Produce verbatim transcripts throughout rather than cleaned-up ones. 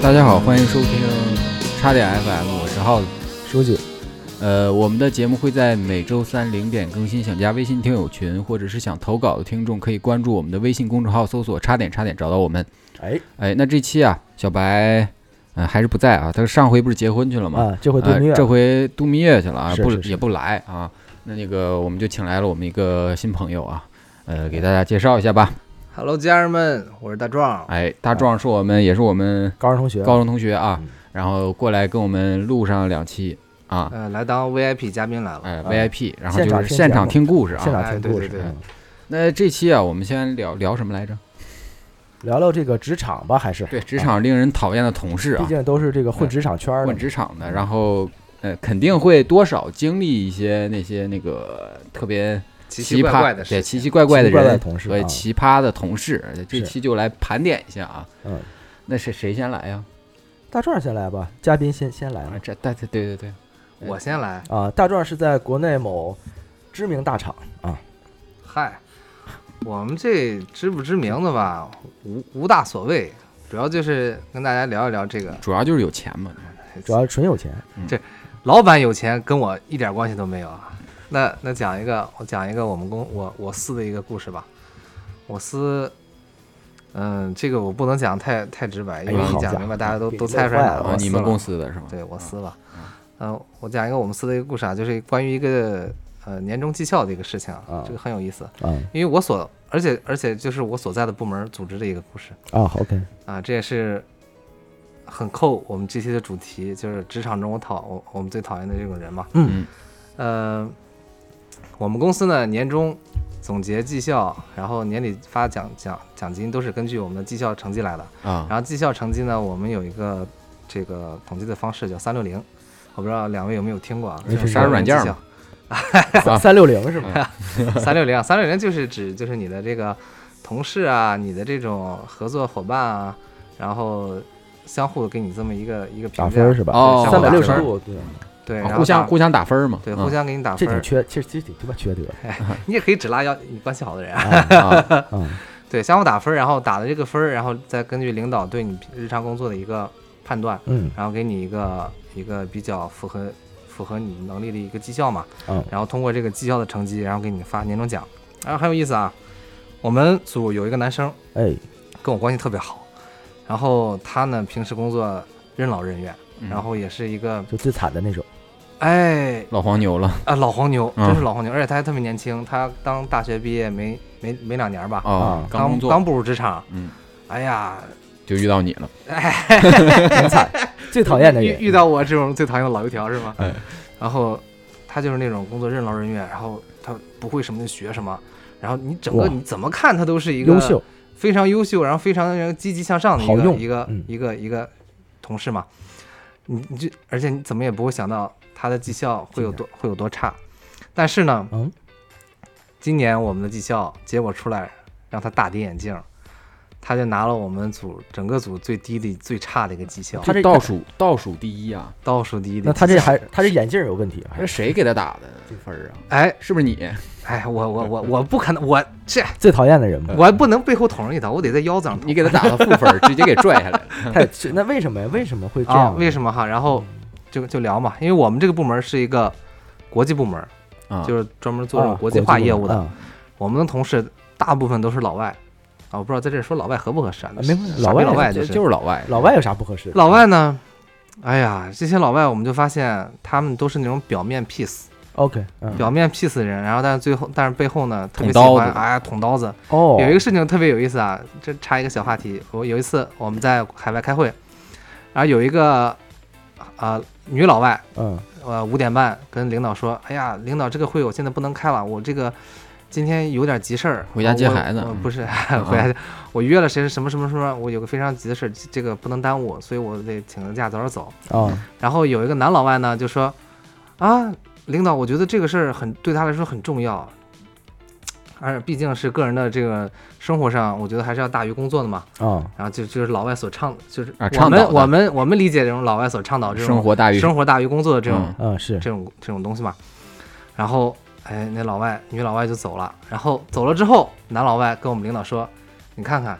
大家好，欢迎收听叉点 F M， 我是浩子书记。 呃，我们的节目会在每周三零点更新，想加微信听友群或者是想投稿的听众可以关注我们的微信公众号，搜索叉点叉点找到我们。 哎哎，那这期啊，小白呃还是不在啊，他上回不是结婚去了吗？ 啊，这回度蜜月、 呃，这回度蜜月去了啊， 是是是不也不来啊。那那个我们就请来了我们一个新朋友啊，呃，给大家介绍一下吧。 Hello， 家人们，我是大壮。 哎，大壮是我们，也是我们高中同学， 高中同学啊， 嗯、 然后过来跟我们录上两期啊， 呃，来当 V I P 嘉宾来了。 哎、 啊、 ，V I P， 然后就是现场听故事啊， 现场听故事。 哎、对对对、嗯。 那这期啊，我们先聊聊什么来着？ 聊聊这个职场吧，还是对职场令人讨厌的同事啊， 毕竟都是这个混职场圈的， 混职场的，然后呃，肯定会多少经历一些那些那个特别。 奇奇怪怪的事， 对奇奇怪怪的人和奇葩的同事，这期就来盘点一下啊。 嗯， 那是谁先来呀？ 大壮先来吧，嘉宾先先来了。 这对对对对对， 我先来啊。大壮是在国内某知名大厂啊。 嗨，我们这知不知名的吧，无无大所谓，主要就是跟大家聊一聊这个。 主要就是有钱嘛， 主要纯有钱。 嗯、这老板有钱跟我一点关系都没有啊。那那讲一个，我讲一个我们公我我司的一个故事吧。我司，嗯，这个我不能讲太太直白，因为一讲明白大家都都猜出来了。 啊，你们公司的是吗？ 对，我司吧。嗯、呃，我讲一个我们司的一个故事啊，就是关于一个呃年终绩效的一个事情啊， 啊这个很有意思。 啊， 因为我所而且而且就是我所在的部门组织的一个故事啊。OK。 啊，这也是很扣我们这期的主题，就是职场中我讨我我们最讨厌的这种人嘛。 嗯。 呃。我们公司呢，年终总结绩效，然后年底发奖奖奖金都是根据我们的绩效成绩来的啊。 然后绩效成绩呢，我们有一个这个统计的方式叫三六零，我不知道两位有没有听过啊？ 是啥软件吗？ 三六零是吗？ 三六零，三六零就是指就是你的这个同事啊，你的这种合作伙伴啊，然后相互给你这么一个一个评价， 打分是吧？ 哦， 三百六十度，对。 对， 互相互相打分嘛， 对，互相给你打分， 这挺缺，其实其实挺他妈缺德。 你也可以只拉要你关系好的人啊， 对，相互打分，然后打的这个分，然后再根据领导对你日常工作的一个判断， 嗯， 然后给你一个一个比较符合符合你能力的一个绩效嘛， 嗯， 然后通过这个绩效的成绩，然后给你发年终奖，然后很有意思啊，我们组有一个男生， 哎， 跟我关系特别好，然后他呢平时工作任劳任怨， 嗯、 然后也是一个就最惨的那种。 哎， 老黄牛了啊！老黄牛， 嗯、 真是老黄牛，而且他还特别年轻，他刚大学毕业没没没两年吧？ 啊， 刚工作刚步入职场。 嗯， 哎呀， 就遇到你了， 哎， 很惨，最讨厌的人遇遇到我这种最讨厌的老油条是吗？ 哎， 然后他就是那种工作任劳任怨，然后他不会什么就学什么，然后你整个你怎么看他都是一个优秀、 非常优秀，然后非常积极向上的一个一个、 嗯、 一个一个同事嘛。你你就而且你怎么也不会想到他的绩效会有多会有多差，但是呢， 嗯， 今年我们的绩效结果出来，让他大跌眼镜，他就拿了我们组整个组最低的最差的一个绩效， 他这倒数倒数第一啊， 倒数第一的。 那他这还他这眼镜有问题啊？ 这谁给他打的这分啊？ 哎， 是不是你？ 哎，我我我我不可能，我这最讨厌的人嘛， 我不能背后捅人一刀，我得在腰子上捅。 你给他打了负分，直接给拽下来了。 太那为什么呀？为什么会这样、 啊？为什么哈？然后就就聊嘛，因为我们这个部门是一个国际部门， 啊、 就是专门做这种国际化业务的。 啊、 我们的同事大部分都是老外啊，我不知道在这说老外合不合适啊？ 没关系，老外老外就是就是老外， 老外有啥不合适？ 老外呢？哎呀，这些老外我们就发现他们都是那种表面 peace。OK，、 嗯、 表面 peace 的人，然后但是最后，但是背后呢特别喜欢哎捅刀子。 哦， 有一个事情特别有意思啊，这插一个小话题。我有一次我们在海外开会，然后有一个啊、呃、女老外， 嗯， 呃五点半跟领导说，哎呀，领导这个会我现在不能开了，我这个今天有点急事儿， 回家接孩子。 不是回家，我约了谁什么什么什么，我有个非常急的事，这个不能耽误，所以我得请个假早点走。 哦， 然后有一个男老外呢就说，啊。领导，我觉得这个事儿很对他来说很重要，而毕竟是个人的这个生活上，我觉得还是要大于工作的嘛。 哦， 然后就就是老外所倡，就是啊， 我们我们我们理解这种老外所倡导这种生活大于生活大于工作的这种， 嗯，是这种这种东西嘛。然后，哎，那老外女老外就走了，然后走了之后，男老外跟我们领导说，你看看。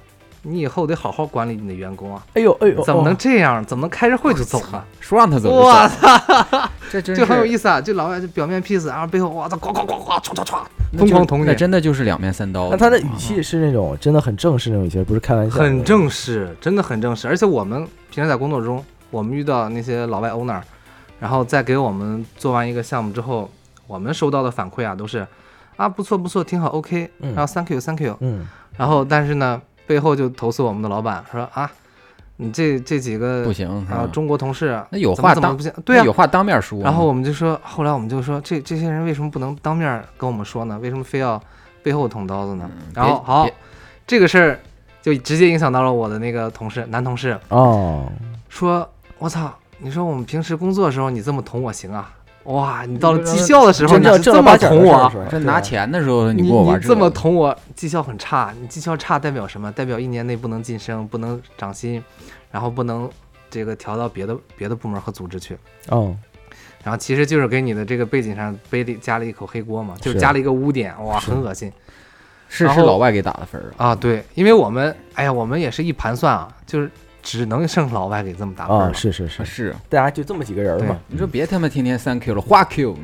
你以后得好好管理你的员工啊！ 哎呦哎呦， 怎么能这样？怎么能开着会就走呢？ 说让他走就我走， 操， 这真就很有是意思啊！就老外就表面 peace，然后背后哇操，呱呱呱呱，唰唰唰，疯狂捅你， 那真的就是两面三刀。 那他的语气是那种真的很正式那种语气，不是开玩笑， 很正式，真的很正式。而且我们平时在工作中，我们遇到那些老外 owner， 然后在给我们做完一个项目之后，我们收到的反馈啊都是啊不错不错，挺好 OK， 然后 thank you thank you， 嗯， 然后但是呢背后就投诉我们的老板说啊，你这这几个不行啊中国同事那有话当怎么不行，对啊， 有话当面说。 然后我们就说，后来我们就说，这这些人为什么不能当面跟我们说呢？为什么非要背后捅刀子呢？ 嗯、 然后好，这个事儿就直接影响到了我的那个同事，男同事哦， 说，我操，你说我们平时工作的时候你这么捅我行啊？哇，你到了绩效的时候你是这么捅我， 这拿钱的时候你给我玩这么捅我，绩效很差。你绩效差代表什么？代表一年内不能晋升，不能涨薪，然后不能这个调到别的别的部门和组织去。 哦， 然后其实就是给你的这个背景上背了加了一口黑锅嘛，就是加了一个污点，哇，很恶心。 是是老外给打的分啊？对，因为我们哎呀，我们也是一盘算啊，就是只能剩老外给这么打分了。 啊，是是是是， 大家就这么几个人嘛。 你说别他妈天天三 Q 了，花 Q。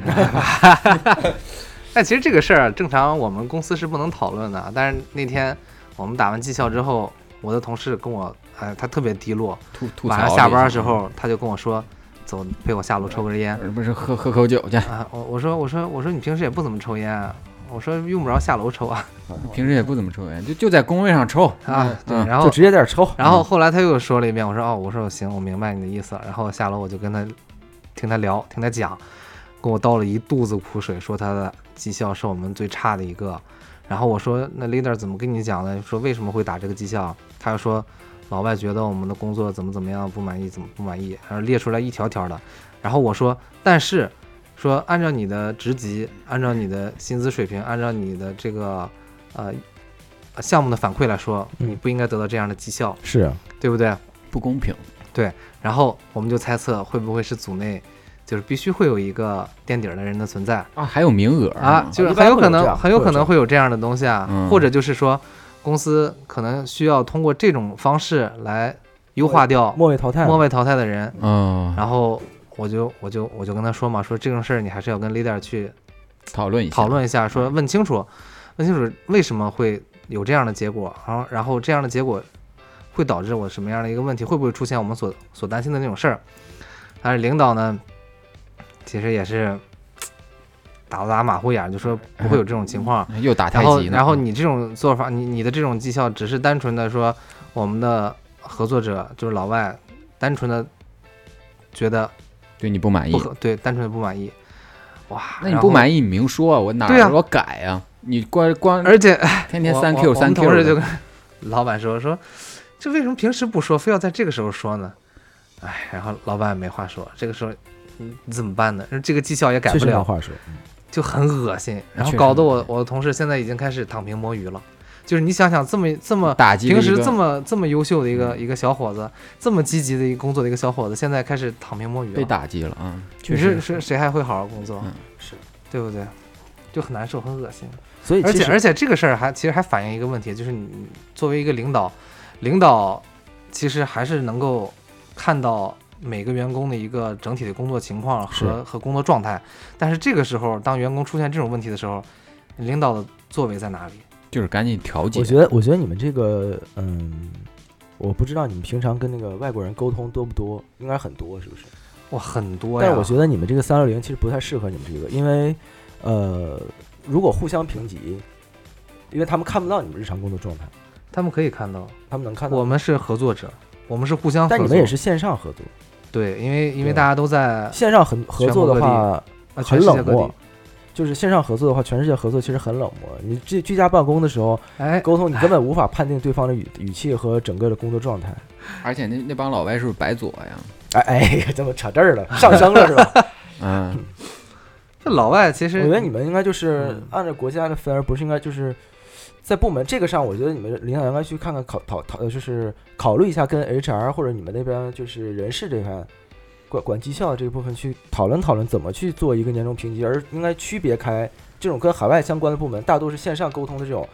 但其实这个事儿正常我们公司是不能讨论的，但是那天我们打完绩效之后，我的同事跟我，哎，他特别低落， 吐吐晚上下班的时候他就跟我说。走，陪我下楼抽根烟， 不是喝喝口酒去啊！我我说我说我说你平时也不怎么抽烟啊，我说用不着下楼抽啊， 平时也不怎么抽烟，就就在工位上抽啊，对，然后就直接在这抽。 然后后来他又说了一遍，我说哦，我说行，我明白你的意思了。然后下楼我就跟他听他聊，听他讲，跟我倒了一肚子苦水，说他的绩效是我们最差的一个。然后我说那 leader 怎么跟你讲呢？说为什么会打这个绩效？他又说。老外觉得我们的工作怎么怎么样不满意，怎么不满意，然后列出来一条条的。然后我说，但是说按照你的职级，按照你的薪资水平，按照你的这个呃项目的反馈来说，你不应该得到这样的绩效， 是啊， 对不对？ 不公平。 对。然后我们就猜测会不会是组内就是必须会有一个垫底的人的存在啊，还有名额啊，就是很有可能很有可能会有这样的东西啊， 嗯、 或者就是说。公司可能需要通过这种方式来优化掉末位淘汰末位淘汰的人， 嗯， 然后我就我就我就跟他说嘛，说这种事儿你还是要跟 leader 去讨论一下， 讨论一下，说问清楚，问清楚为什么会有这样的结果，然后然后这样的结果会导致我什么样的一个问题，会不会出现我们所所担心的那种事儿？但是领导呢，其实也是。打打马虎眼，就说不会有这种情况， 嗯、又打太极呢。然后你这种做法，你你的这种绩效只是单纯的说，我们的合作者就是老外，单纯的觉得对你不满意， 对，单纯的不满意。哇， 那你不满意，你明说，我哪儿我改呀、啊？你光光而且天天三 Q 三 Q， 同事就跟老板说说，这为什么平时不说，非要在这个时候说呢？哎，然后老板没话说，这个时候你怎么办呢？这个绩效也改不了， 没话说。 就很恶心，然后搞得我我的同事现在已经开始躺平摸鱼了。就是你想想，这么这么打击平时这么这么优秀的一个、嗯、一个小伙子，这么积极的一个工作的一个小伙子，现在开始躺平摸鱼了， 被打击了啊！ 确实是谁还会好好工作？ 嗯， 是对不对？就很难受，很恶心。 所以， 而且而且这个事儿还其实还反映一个问题，就是你作为一个领导，领导其实还是能够看到。每个员工的一个整体的工作情况和和工作状态，但是这个时候，当员工出现这种问题的时候，领导的作为在哪里？ 就是赶紧调解。 我觉得，我觉得你们这个，嗯，我不知道你们平常跟那个外国人沟通多不多，应该很多，是不是？ 哇，很多呀！ 但是我觉得你们这个三六零其实不太适合你们这个，因为，呃，如果互相评级，因为他们看不到你们日常工作状态， 他们可以看到， 他们能看到。 我们是合作者，我们是互相合作， 但你们也是线上合作。 对，因为因为大家都在线上很合作的话，很冷漠。就是线上合作的话，全世界合作其实很冷漠。你居居家办公的时候， 哎， 沟通你根本无法判定对方的语语气和整个的工作状态。 而且那那帮老外是不是白左呀？ 哎哎，怎么扯这儿了？上升了是吧？ 嗯， 这老外其实， 我觉得你们应该就是按照国家的分，而不是应该就是在部门这个上，我觉得你们领导应该去看看考讨讨，就是考虑一下跟 H R 或者你们那边就是人事这块。管管绩效这一部分去讨论讨论怎么去做一个年终评级，而应该区别开这种跟海外相关的部门大多是线上沟通的这种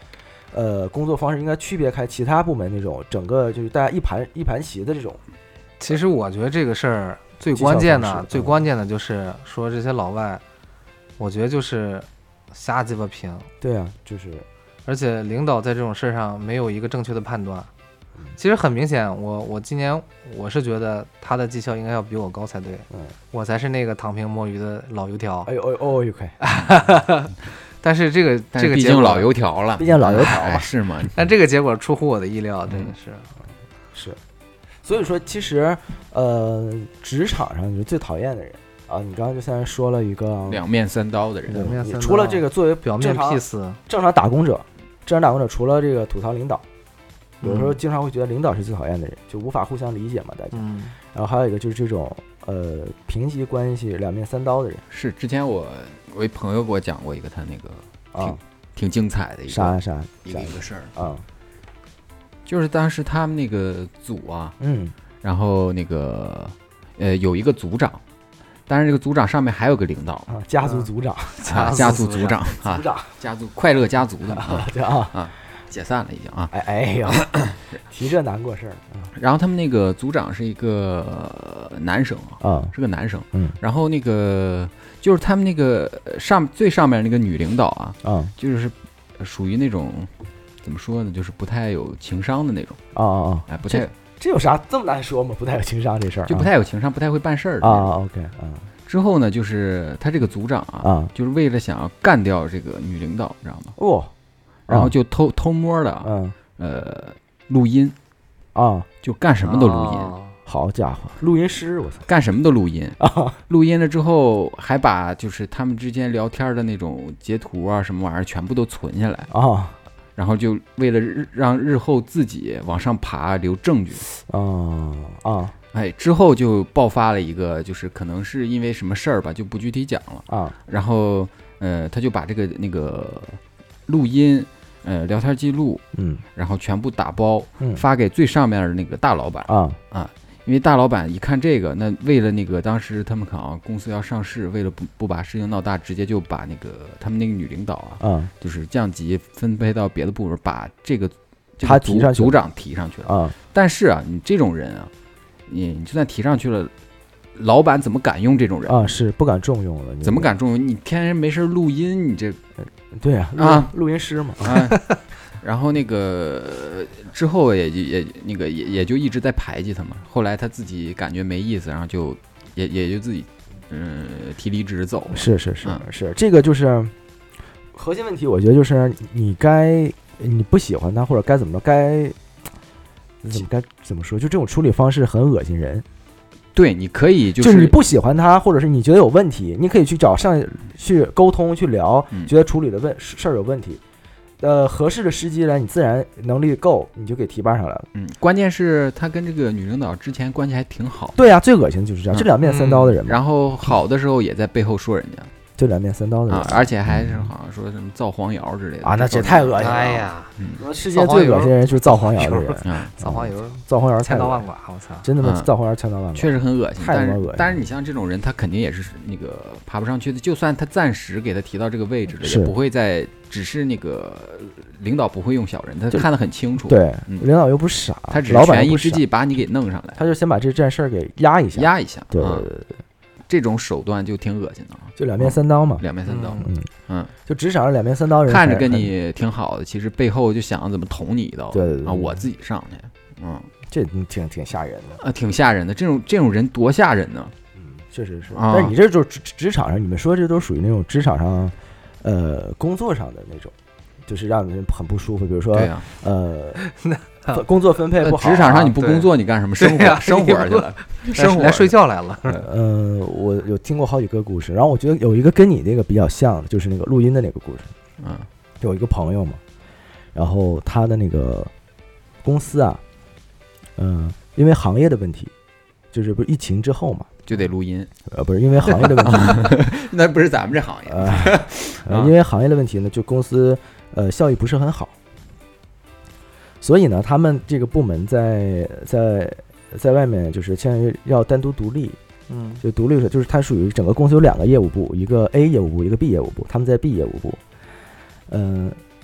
呃工作方式应该区别开其他部门那种整个就是大家一盘一盘棋的这种。 其实我觉得这个事儿最关键的、 嗯、 最关键的就是说这些老外，我觉得就是瞎鸡巴评。 对啊，就是， 而且领导在这种事上没有一个正确的判断。其实很明显，我我今年我是觉得他的绩效应该要比我高才对， 嗯， 我才是那个躺平摸鱼的老油条。 哎呦哦哦呦亏！ 但是这个这个毕竟老油条了， 毕竟老油条了、 哎、是吗？ 但这个结果出乎我的意料，真的是、 嗯、是。所以说，其实呃，职场上你最讨厌的人啊，你刚刚就现在说了一个两面三刀的人， 两面三刀除了这个作为表面 peace 正常打工者，正常打工者除了这个吐槽领导。有时候经常会觉得领导是最讨厌的人，就无法互相理解嘛，大家。 嗯。 然后还有一个就是这种呃平级关系两面三刀的人。 是之前我我一朋友给我讲过一个他那个挺、 啊、 挺精彩的一个啥啥一个一个事儿啊， 就是当时他们那个组啊， 嗯， 然后那个呃有一个组长，当然这个组长上面还有个领导啊，家族组长， 啊、家族组长啊， 组长， 家族快乐家族的啊啊啊。解散了已经啊！ 哎哎呀，提这难过事儿、 嗯。然后他们那个组长是一个男生啊， 啊是个男生。 嗯。 然后那个就是他们那个上最上面那个女领导啊， 啊， 就是属于那种怎么说呢，就是不太有情商的那种。 啊啊啊！ 哎，不太这这有啥这么难说吗？不太有情商这事儿、啊， 就不太有情商，不太会办事儿啊。OK 啊。 之后呢，就是他这个组长啊， 啊就是为了想要干掉这个女领导，知道吗？ 哦。 然后就偷、啊、偷摸的， 嗯， 呃，录音， 啊， 就干什么都录音。 啊、 好家伙，录音师，我操， 干什么都录音啊！ 录音了之后，还把就是他们之间聊天的那种截图啊，什么玩意儿，全部都存下来啊。 然后就为了日让日后自己往上爬留证据。 啊啊！ 哎，之后就爆发了一个，就是可能是因为什么事儿吧，就不具体讲了啊。 然后，呃，他就把这个那个录音。呃，聊天记录， 嗯， 然后全部打包， 嗯， 发给最上面的那个大老板啊啊，因为大老板一看这个，那为了那个当时他们可能公司要上市，为了不不把事情闹大，直接就把那个他们那个女领导啊， 啊， 就是降级分配到别的部门，把这个这个他提上去组长提上去了啊。 但是啊，你这种人啊，你你就算提上去了。老板怎么敢用这种人啊？是不敢重用了。 怎么敢重用？你天天没事录音，你这， 对呀、 啊，啊， 录音师嘛。 啊，然后那个之后也也那个也也就一直在排挤他嘛。后来他自己感觉没意思，然后就也也就自己嗯提离职走了。 是是是、 嗯、 是，这个就是核心问题。我觉得就是你该你不喜欢他或者该怎么着，该怎么该怎么说？就这种处理方式很恶心人。 对，你可以就是就是你不喜欢他，或者是你觉得有问题，你可以去找上去沟通去聊， 嗯、 觉得处理的问事儿有问题，呃，合适的时机来，你自然能力够，你就给提拔上来了。 嗯，关键是他跟这个女领导之前关系还挺好。 对啊，最恶心的就是这样，嗯、这两面三刀的人嘛、 嗯。然后好的时候也在背后说人家。 就两面三刀的人、 啊，而且还是好像说什么造黄谣之类的啊，那这太恶心了！ 哎呀， 嗯、世界最恶心的人就是造黄谣的人， 造黄谣， 造黄谣千刀万剐，我操， 真的吗？造黄谣千刀万剐， 确实很恶心， 太他妈恶心。 但是你像这种人，他肯定也是那个爬不上去的，就算他暂时给他提到这个位置了，也不会再，只是那个领导不会用小人，他看得很清楚。 对， 嗯、 领导又不傻， 他只是权宜之计把你给弄上来， 他就先把这件事儿给压一下， 压一下， 对。 啊这种手段就挺恶心的啊， 就两面三刀嘛， 嗯、两面三刀， 嗯嗯， 就职场上两面三刀人， 看着跟你挺好的，其实背后就想怎么捅你一刀， 对对对啊，我自己上去，嗯， 这挺挺吓人的啊，挺吓人的，这种这种人多吓人呢， 嗯，确实是， 啊、 但是你这就是职职场上，你们说这都属于那种职场上，呃，工作上的那种，就是让人很不舒服，比如说， 对啊、 呃。工作分配不好、啊， 职场上你不工作，你干什么？生活、啊、生活去了，生活来睡觉来了。 呃，我有听过好几个故事，然后我觉得有一个跟你那个比较像的，就是那个录音的那个故事。 嗯， 有一个朋友嘛，然后他的那个公司啊，嗯、呃，因为行业的问题，就是不是疫情之后嘛， 就得录音。 呃，不是因为行业的问题， 那不是咱们这行业。 呃，呃因为行业的问题呢，就公司呃效益不是很好。所以呢，他们这个部门在在在外面就是相当于要单独独立， 嗯， 就独立就是它属于整个公司有两个业务部，一个 A 业务部，一个 B 业务部，他们在 B 业务部，嗯、呃，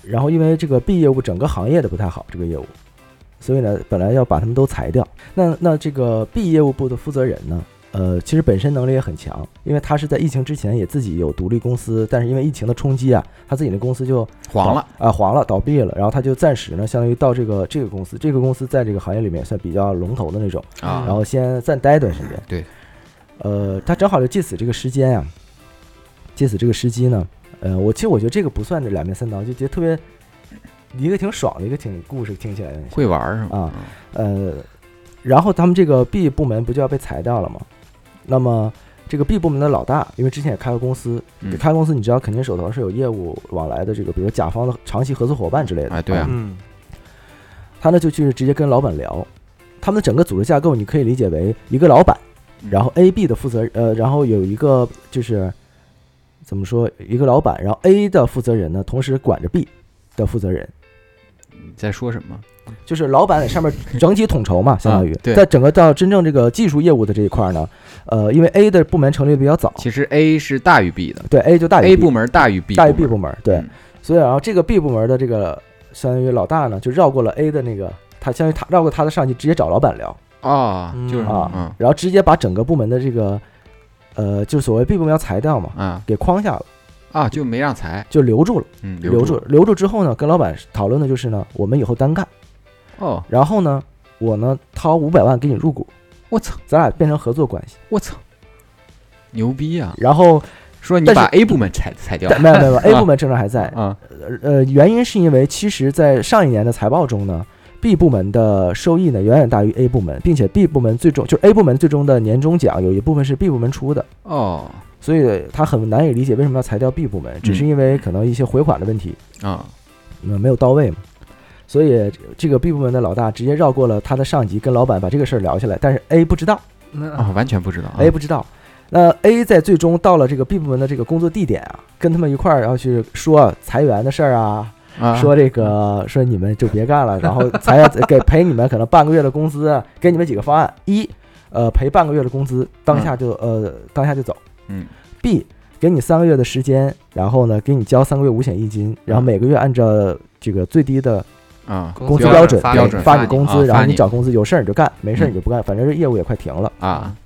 然后因为这个 B 业务整个行业的不太好，这个业务，所以呢，本来要把他们都裁掉。那那这个 B 业务部的负责人呢，呃，其实本身能力也很强，因为他是在疫情之前也自己有独立公司，但是因为疫情的冲击啊，他自己的公司就黄了啊、呃，黄了，倒闭了。然后他就暂时呢，相当于到这个这个公司，这个公司在这个行业里面算比较龙头的那种啊， 然后先暂待一段时间。 对， 呃，他正好就借此这个时间啊，借此这个时机呢，呃，我其实我觉得这个不算是两面三刀，就觉得特别一个挺爽的一个挺故事，听起来会玩是吗？ 啊，呃，然后他们这个 B 部门不就要被裁掉了吗？那么这个 B 部门的老大，因为之前也开过公司， 嗯、 开公司你知道肯定手头是有业务往来的，这个比如甲方的长期合作伙伴之类的。 哎，对啊， 嗯， 他呢就去直接跟老板聊，他们的整个组织架构你可以理解为一个老板，然后 A、B 的负责人，呃，然后有一个就是怎么说，一个老板，然后 A 的负责人呢，同时管着 B 的负责人。 你在说什么？ 就是老板在上面整体统筹嘛，相当于、 啊、对， 在整个到真正这个技术业务的这一块呢，呃，因为 A 的部门成立的比较早， 其实 A 是大于 B 的， 对 A 就大于 A 部门大于 B 大于 B 部门，对， 嗯、 所以然后这个 B 部门的这个相当于老大呢，就绕过了 A 的那个，他相当于他绕过他的上级，直接找老板聊啊、哦，就是啊、 嗯， 然后直接把整个部门的这个呃，就是所谓 B 部门要裁掉嘛， 啊， 给框下了。 啊，就没让裁， 就留住了， 嗯， 留住留住之后呢，跟老板讨论的就是呢，我们以后单干， 哦， 然后呢，我呢掏五百万给你入股， 我操， 咱俩变成合作关系， 我操，牛逼啊！ 然后说你把 A 部门裁裁掉， 没有没有 ，A 部门正常还在， 啊， 呃，原因是因为其实在上一年的财报中呢 ，B 部门的收益呢远远大于 A 部门，并且 B 部门最终就是 A 部门最终的年终奖有一部分是 B 部门出的， 哦。 所以他很难以理解为什么要裁掉 B 部门，只是因为可能一些回款的问题啊， 嗯，没有到位嘛。所以这个 B 部门的老大直接绕过了他的上级，跟老板把这个事儿聊下来，但是 A 不知道啊，完全不知道、啊、 ，A 不知道。那 A 在最终到了这个 B 部门的这个工作地点啊，跟他们一块儿要去说裁员的事儿啊， 啊说这个说你们就别干了，然后裁员给赔你们可能半个月的工资，给你们几个方案：一，呃，赔半个月的工资，当下就、嗯、呃当下就走。 嗯 ，B 给你三个月的时间，然后呢给你交三个月五险一金，然后每个月按照这个最低的啊工资标准标准发你工资， 啊、 然后你找工资，有事儿你就干，没事儿你就不干， 嗯、 反正业务也快停了啊。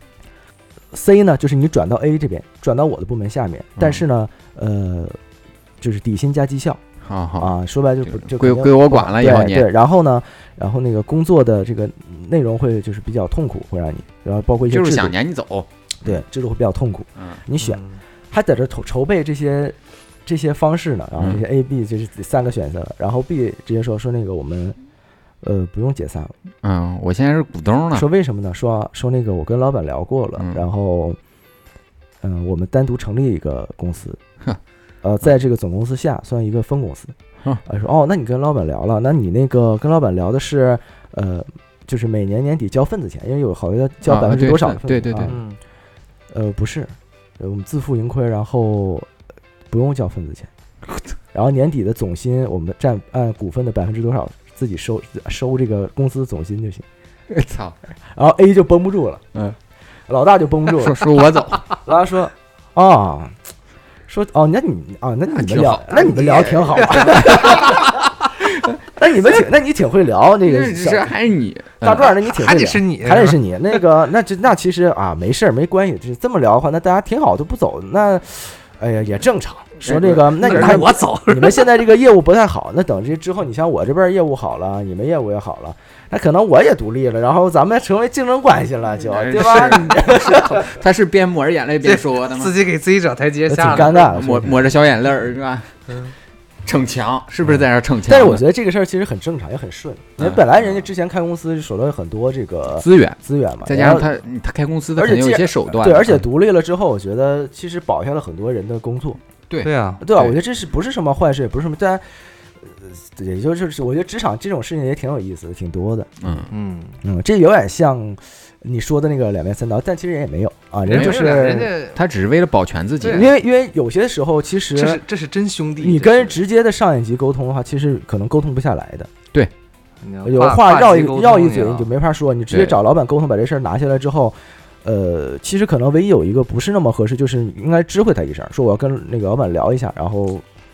C 呢就是你转到 A 这边，转到我的部门下面，但是呢，呃，就是底薪加绩效。 好好啊，说白了就不就归归我管了，以后你对，然后呢，然后那个工作的这个内容会就是比较痛苦，会让你，然后包括一些就是想撵你走， 对，制度会比较痛苦。 嗯， 你选，还在这筹筹备这些这些方式呢，然后这些 A、B 就是三个选择，然后 B 直接说说那个我们呃不用解散了， 嗯，我现在是股东呢， 说为什么呢？说说那个我跟老板聊过了， 嗯、 然后嗯、呃、我们单独成立一个公司。呃，在这个总公司下算一个分公司，啊，说哦，那你跟老板聊了，那你那个跟老板聊的是，呃，就是每年年底交份子钱，因为有好像交百分之多少的份子， 对对对， 嗯，呃，不是，我们自负盈亏，然后不用交份子钱，然后年底的总薪我们占按股份的百分之多少自己收收这个公司总薪就行。 操， 然后 A 就绷不住了， 嗯， 老大就绷不住了， 说说我走， 老大说啊。说哦，那你啊，那你们聊，那你们聊挺好啊。那你们挺，那你挺会聊那个。 这还是你大壮，那你挺会聊， 还得是你， 还得是你。那个，那这那其实啊，没事儿，没关系。就是这么聊的话，那大家挺好，都不走，那哎呀也正常。说这个，那你看我走， 你们现在这个业务不太好，那等这之后，你像我这边业务好了，你们业务也好了，那可能我也独立了，然后咱们成为竞争关系了，就对吧？ 他是边抹着眼泪边说的吗？ 自己给自己找台阶下， 挺尴尬的， 抹抹着小眼泪儿是吧？嗯，逞强是不是在那逞强？ 但是我觉得这个事儿其实很正常，也很顺。因为本来人家之前开公司手头有很多这个资源资源嘛， 再加上他他开公司的肯定有一些手段， 对，而且独立了之后，我觉得其实保下了很多人的工作。 对对啊， 对吧？我觉得这是不是什么坏事，也不是什么，但也就是我觉得职场这种事情也挺有意思的，挺多的。 嗯嗯嗯，这有点像你说的那个两面三刀，但其实人也没有啊，人就是人家他只是为了保全自己， 因为因为有些时候其实这是这是真兄弟， 你跟直接的上一级沟通的话，其实可能沟通不下来的。 对， 有话绕一绕一嘴你就没法说，你直接找老板沟通，把这事儿拿下来之后。呃，其实可能唯一有一个不是那么合适，就是应该知会他一声，说我要跟那个老板聊一下，然后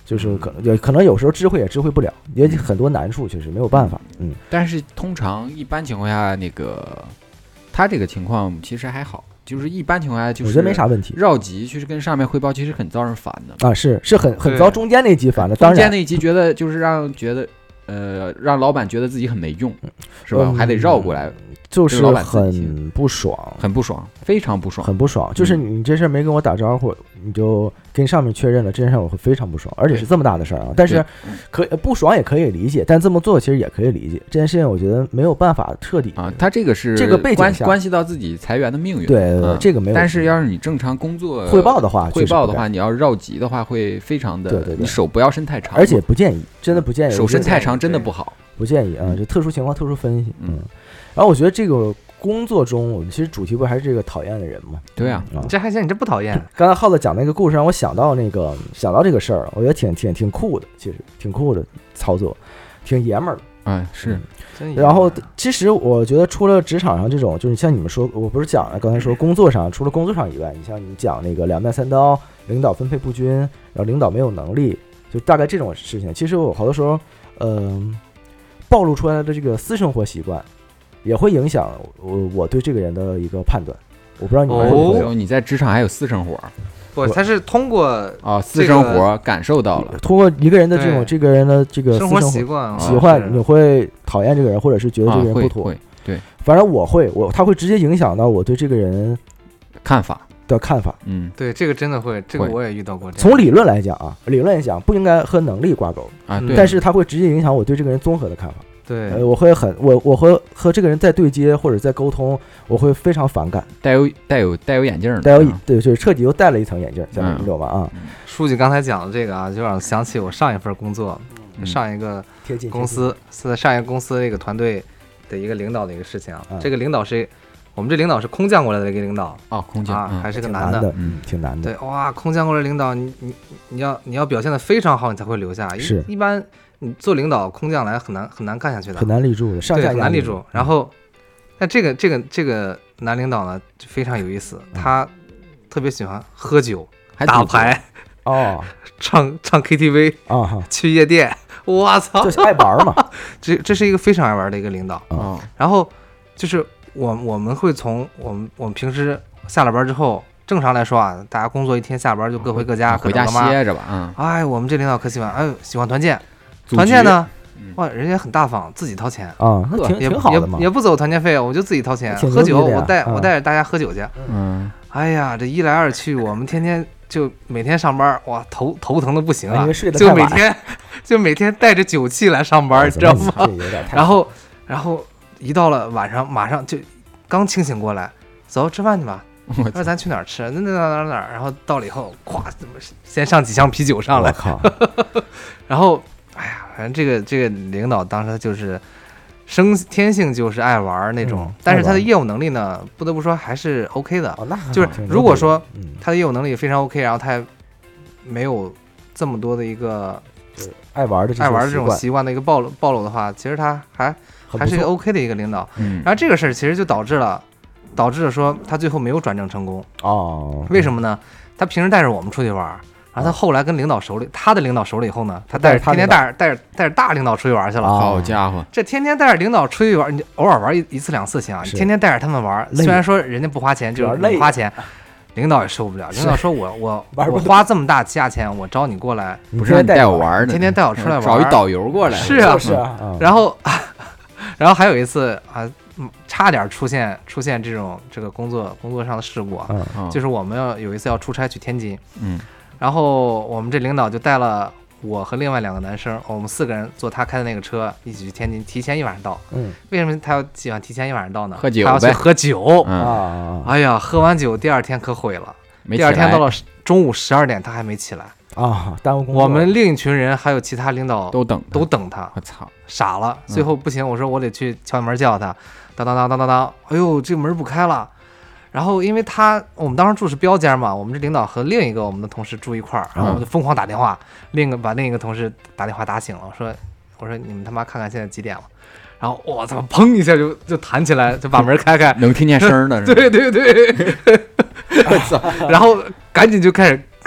就是可能有可能有时候知会也知会不了，也很多难处，确实没有办法。嗯， 但是通常一般情况下，那个他这个情况其实还好，就是一般情况下就是我觉得没啥问题。 绕级去跟上面汇报，其实很遭人烦的啊，是是很很遭中间那一级烦的，当然中间那一级觉得就是让觉得呃让老板觉得自己很没用，是吧？ 嗯、 还得绕过来。 就是很不爽， 很不爽，非常不爽， 很不爽。就是你这事儿没跟我打招呼，你就跟上面确认了，这件事我会非常不爽，而且是这么大的事儿啊。但是可不爽也可以理解，但这么做其实也可以理解。这件事情我觉得没有办法彻底啊，他这个是这个背景下关系到自己裁员的命运。 对对对， 嗯、 这个没有。 但是要是你正常工作汇报的话， 汇报的话，你要绕级的话，会非常的， 对对对， 你手不要伸太长， 而且不建议，真的不建议， 手伸太长真的不好， 不建议啊。这特殊情况特殊分析，嗯。然后我觉得这个。工作中，我们其实主题不还是这个讨厌的人吗？ 对啊， 你这还行，你这不讨厌。 刚才浩子讲那个故事，让我想到那个想到这个事儿，我觉得挺挺挺酷的，其实挺酷的操作，挺爷们儿的。 哎，是。 嗯、然后，其实我觉得除了职场上这种，就是像你们说，我不是讲了，刚才说工作上，除了工作上以外，你像你讲那个两面三刀，领导分配不均，然后领导没有能力，就大概这种事情，其实我好多时候，嗯、呃，暴露出来的这个私生活习惯。也会影响我我对这个人的一个判断，我不知道你们会不会有。 你在职场还有私生活？ 不，他是通过啊私生活感受到了， 通过一个人的这种这个人的这个生活习惯习惯，你会讨厌这个人，或者是觉得这个人不妥。 对， 反正我会，我他会直接影响到我对这个人看法的看法。 嗯， 对，这个真的会，这个我也遇到过。 从理论来讲啊，理论来讲不应该和能力挂钩啊， 但是他会直接影响我对这个人综合的看法。 对、 呃，我会很我我和和这个人在对接或者在沟通，我会非常反感。 带有带有带有眼镜的， 带有对，就是彻底又戴了一层眼镜，下面你懂吧？啊， 书记刚才讲的这个啊，就让我想起我上一份工作， 嗯、 上一个公司是在上一个公司这个团队的一个领导的一个事情啊。嗯、这个领导是我们这领导是空降过来的一个领导啊，空降啊， 嗯、 还是个男的， 嗯，挺难的。 对，哇，空降过来领导，你你你要你要表现的非常好，你才会留下。 是， 一般。你做领导空降来很难很难干下去的， 很难立住的，上下很难立住。然后，那这个这个这个男领导呢，就非常有意思，他特别喜欢喝酒、打牌， 哦， 唱唱 K T V 啊， 去夜店，我操， 就是爱玩嘛。 这这是一个非常爱玩的一个领导。 嗯， 然后就是我我们会从我们我们平时下了班之后。正常来说啊，大家工作一天下班就各回各家， 回家歇着吧。嗯， 哎，我们这领导可喜欢，哎，喜欢团建。团建呢，哇，人家很大方，自己掏钱啊，那挺挺好的嘛， 也也不走团建费，我就自己掏钱。喝酒，我带我带着大家喝酒去。 嗯， 哎呀，这一来二去，我们天天就每天上班，哇，头头疼的不行啊，就每天就每天带着酒气来上班，知道吗？然后然后一到了晚上，马上就刚清醒过来，走吃饭去吧。说咱去哪儿吃？那那哪哪哪儿？然后到了以后，咵，怎么先上几箱啤酒上来？ 我靠！ 然后，哎呀，反正这个这个领导当时就是生天性就是爱玩那种， 嗯、 但是他的业务能力呢，不得不说还是 OK 的。 哦、那就是如果说他的业务能力非常 OK，然后他没有这么多的一个爱玩的爱玩的这种习惯的一个暴露暴露的话，其实他还还是一个 OK 的一个领导。 嗯， 然后这个事儿其实就导致了。导致了说他最后没有转正成功哦， 为什么呢？他平时带着我们出去玩，然后他后来跟领导手里，他的领导手里以后呢，他带着天天带着带着带着大领导出去玩去了。 好家伙， 这天天带着领导出去玩，你偶尔玩一一次两次行啊，你天天带着他们玩，虽然说人家不花钱，就是你花钱，领导也受不了。领导说我我我花这么大价钱，我招你过来， 不是让你带我玩呢， 天天带我出来玩， 找一导游过来。 是啊， 是啊。 然后然后还有一次啊。差点出现出现这种这个工作工作上的事故啊， 嗯、 就是我们要有一次要出差去天津， 嗯， 然后我们这领导就带了我和另外两个男生，我们四个人坐他开的那个车一起去天津，提前一晚上到。 嗯， 为什么他要喜欢提前一晚上到呢？ 喝酒， 他要去喝酒。 啊、 嗯，哎呀，喝完酒第二天可毁了， 没第二天到了中午十二点他还没起来啊，耽误工作。 我们另一群人还有其他领导都等都等他， 我操， 傻了。最后不行，我说我得去敲门叫他。当当当当当当，哎呦，这门不开了。然后因为他我们当时住是标间嘛，我们这领导和另一个我们的同事住一块儿，然后我们就疯狂打电话，另一个把另一个同事打电话打醒了，我说我说你们他妈看看现在几点了。然后我操，砰一下就就弹起来，就把门开开， 能听见声的。 对对对，然后赶紧就开始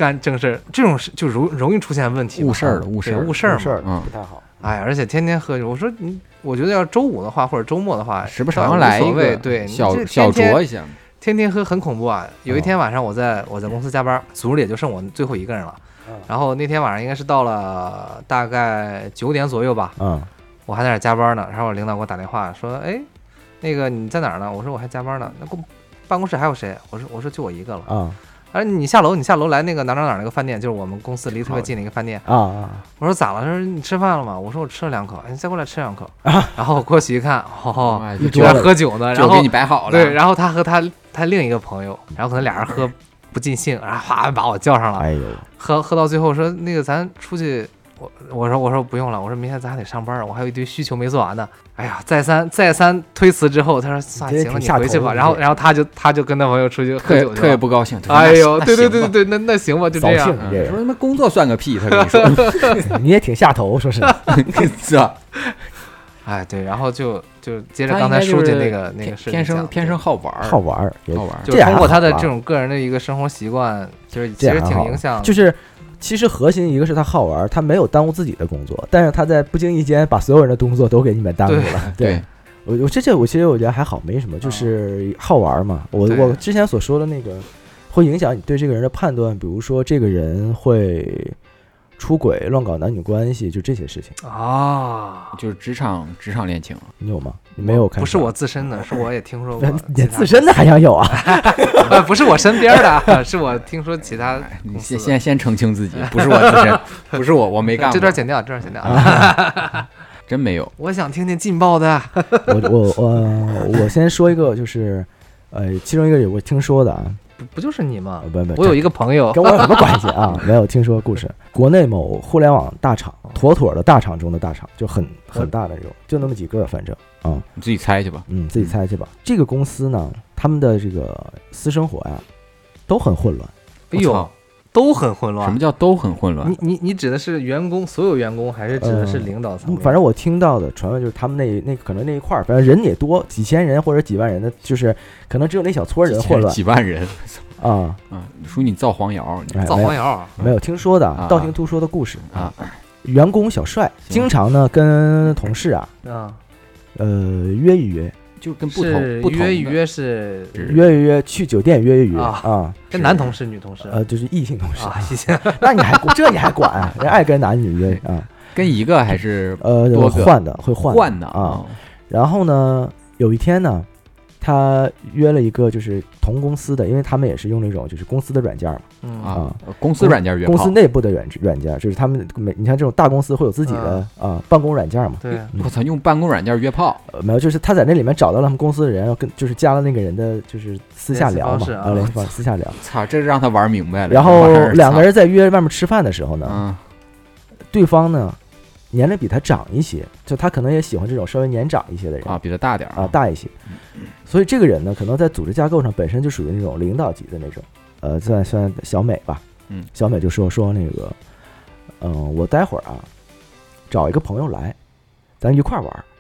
干正事儿，这种事就容容易出现问题嘛， 误事儿了，误对事儿了， 误事儿嘛。 事儿嗯不太好。 哎，而且天天喝酒，我说你，我觉得要周五的话或者周末的话， 时不倒也无常来一所谓， 个对，你小这小天天酌一下， 天天喝很恐怖啊！有一天晚上我在我在公司加班，组里也就剩我最后一个人了。 嗯然后那天晚上应该是到了大概九点左右吧， 嗯我还在那儿加班呢。然后我领导给我打电话说：“哎，那个你在哪儿呢？”我说：“我还加班呢。”那公办公室还有谁？我说：“我说就我一个了。” 啊哎，你下楼，你下楼来那个哪哪哪那个饭店，就是我们公司离特别近的一个饭店。 啊啊！ 我说咋了？他说你吃饭了吗？我说我吃了两口。哎，你再过来吃两口。然后我过去一看，哦， 哎一桌在喝酒呢。然后酒给你摆好了， 对，然后他和他他另一个朋友，然后可能俩人喝不尽兴，然后哗把我叫上了。 哎呦， 喝喝到最后说那个咱出去，我我说我说不用了，我说明天咱还得上班，我还有一堆需求没做完呢。哎呀，再三再三推辞之后，他说算行了，你你这挺下回去吧。 头的然后然后他就他就跟他朋友出去喝特别特别酒去了。 不高兴。他说哎呦， 那对对对那行吧对对，那那行吧，就这样扫兴。 嗯这个说他妈工作算个屁，他跟你说你也挺下头，说是。 是吧？ 哎，对，然后就就接着他刚才书记应该就是那个那个天事情天生讲天生好玩儿， 好玩儿，也好玩儿， 就这样通过他的还好吧这种个人的一个生活习惯，就是其实这样还好挺影响， 就是其实核心一个是他好玩儿，他没有耽误自己的工作，但是他在不经意间把所有人的工作都给你们耽误了。 对， 我我这这我其实我觉得还好，没什么，就是好玩儿嘛。我对我之前所说的那个会影响你对这个人的判断，比如说这个人会出轨、乱搞男女关系，就这些事情， 啊， 就是职场职场恋情， 你有吗？你没有看？ 不是我自身的，是我也听说过你自身的还想有啊？ 呃，不是我身边的，是我听说其他哎你公司的先先先澄清自己，不是我自身，不是我，我没干过， 这段剪掉，这段剪掉。 真没有。 我想听听劲爆的。 我我我我先说一个，就是呃，其中一个我听说的啊， 不不就是你吗呃？不不， 我有一个朋友， 跟我有什么关系啊？没有听说故事。国内某互联网大厂，妥妥的大厂中的大厂，就很很大的那种，就那么几个，反正啊， 你自己猜去吧。 嗯，自己猜去吧。这个公司呢，他们的这个私生活呀，都很混乱。 哎呦我操， 都很混乱。 什么叫都很混乱你？你你指的是员工所有员工，还是指的是呃领导层面？ 反正我听到的传闻就是他们那那可能那一块儿，反正人也多，几千人或者几万人的，就是可能只有那小撮人混乱几万人啊。 啊！说你造黄谣，你造哎没有黄谣啊。 没有听说的啊道听途说的故事啊。 员工小帅经常呢跟同事啊， 啊， 呃约一约， 就跟不是同不同的约一约是是约一约去酒店约一约啊啊， 跟男同事、女同事呃就是异性同事， 啊，以前那你还这你还管啊？人爱跟男女约啊， 跟一个还是呃多个换的会换换的啊。？然后呢，有一天呢，他约了一个就是同公司的，因为他们也是用那种就是公司的软件嘛， 嗯啊啊， 公司软件约炮公司内部的软软件，就是他们每你看这种大公司会有自己的啊办公软件嘛。 对我操，用办公软件约炮， 呃，没有，就是他在那里面找到了他们公司的人，然后跟就是加了那个人的，就是私下聊嘛， 联系方式啊然后联系方式私下聊。 操，这让他玩明白了。 然后这玩意儿两个人在约外面吃饭的时候呢， 嗯对方呢年龄比他长一些，就他可能也喜欢这种稍微年长一些的人啊，比他大点儿啊，大一些。所以这个人呢，可能在组织架构上本身就属于那种领导级的那种，呃，算算小美吧。 嗯， 小美就说说那个，嗯、我待会儿啊，找一个朋友来，咱一块儿玩儿。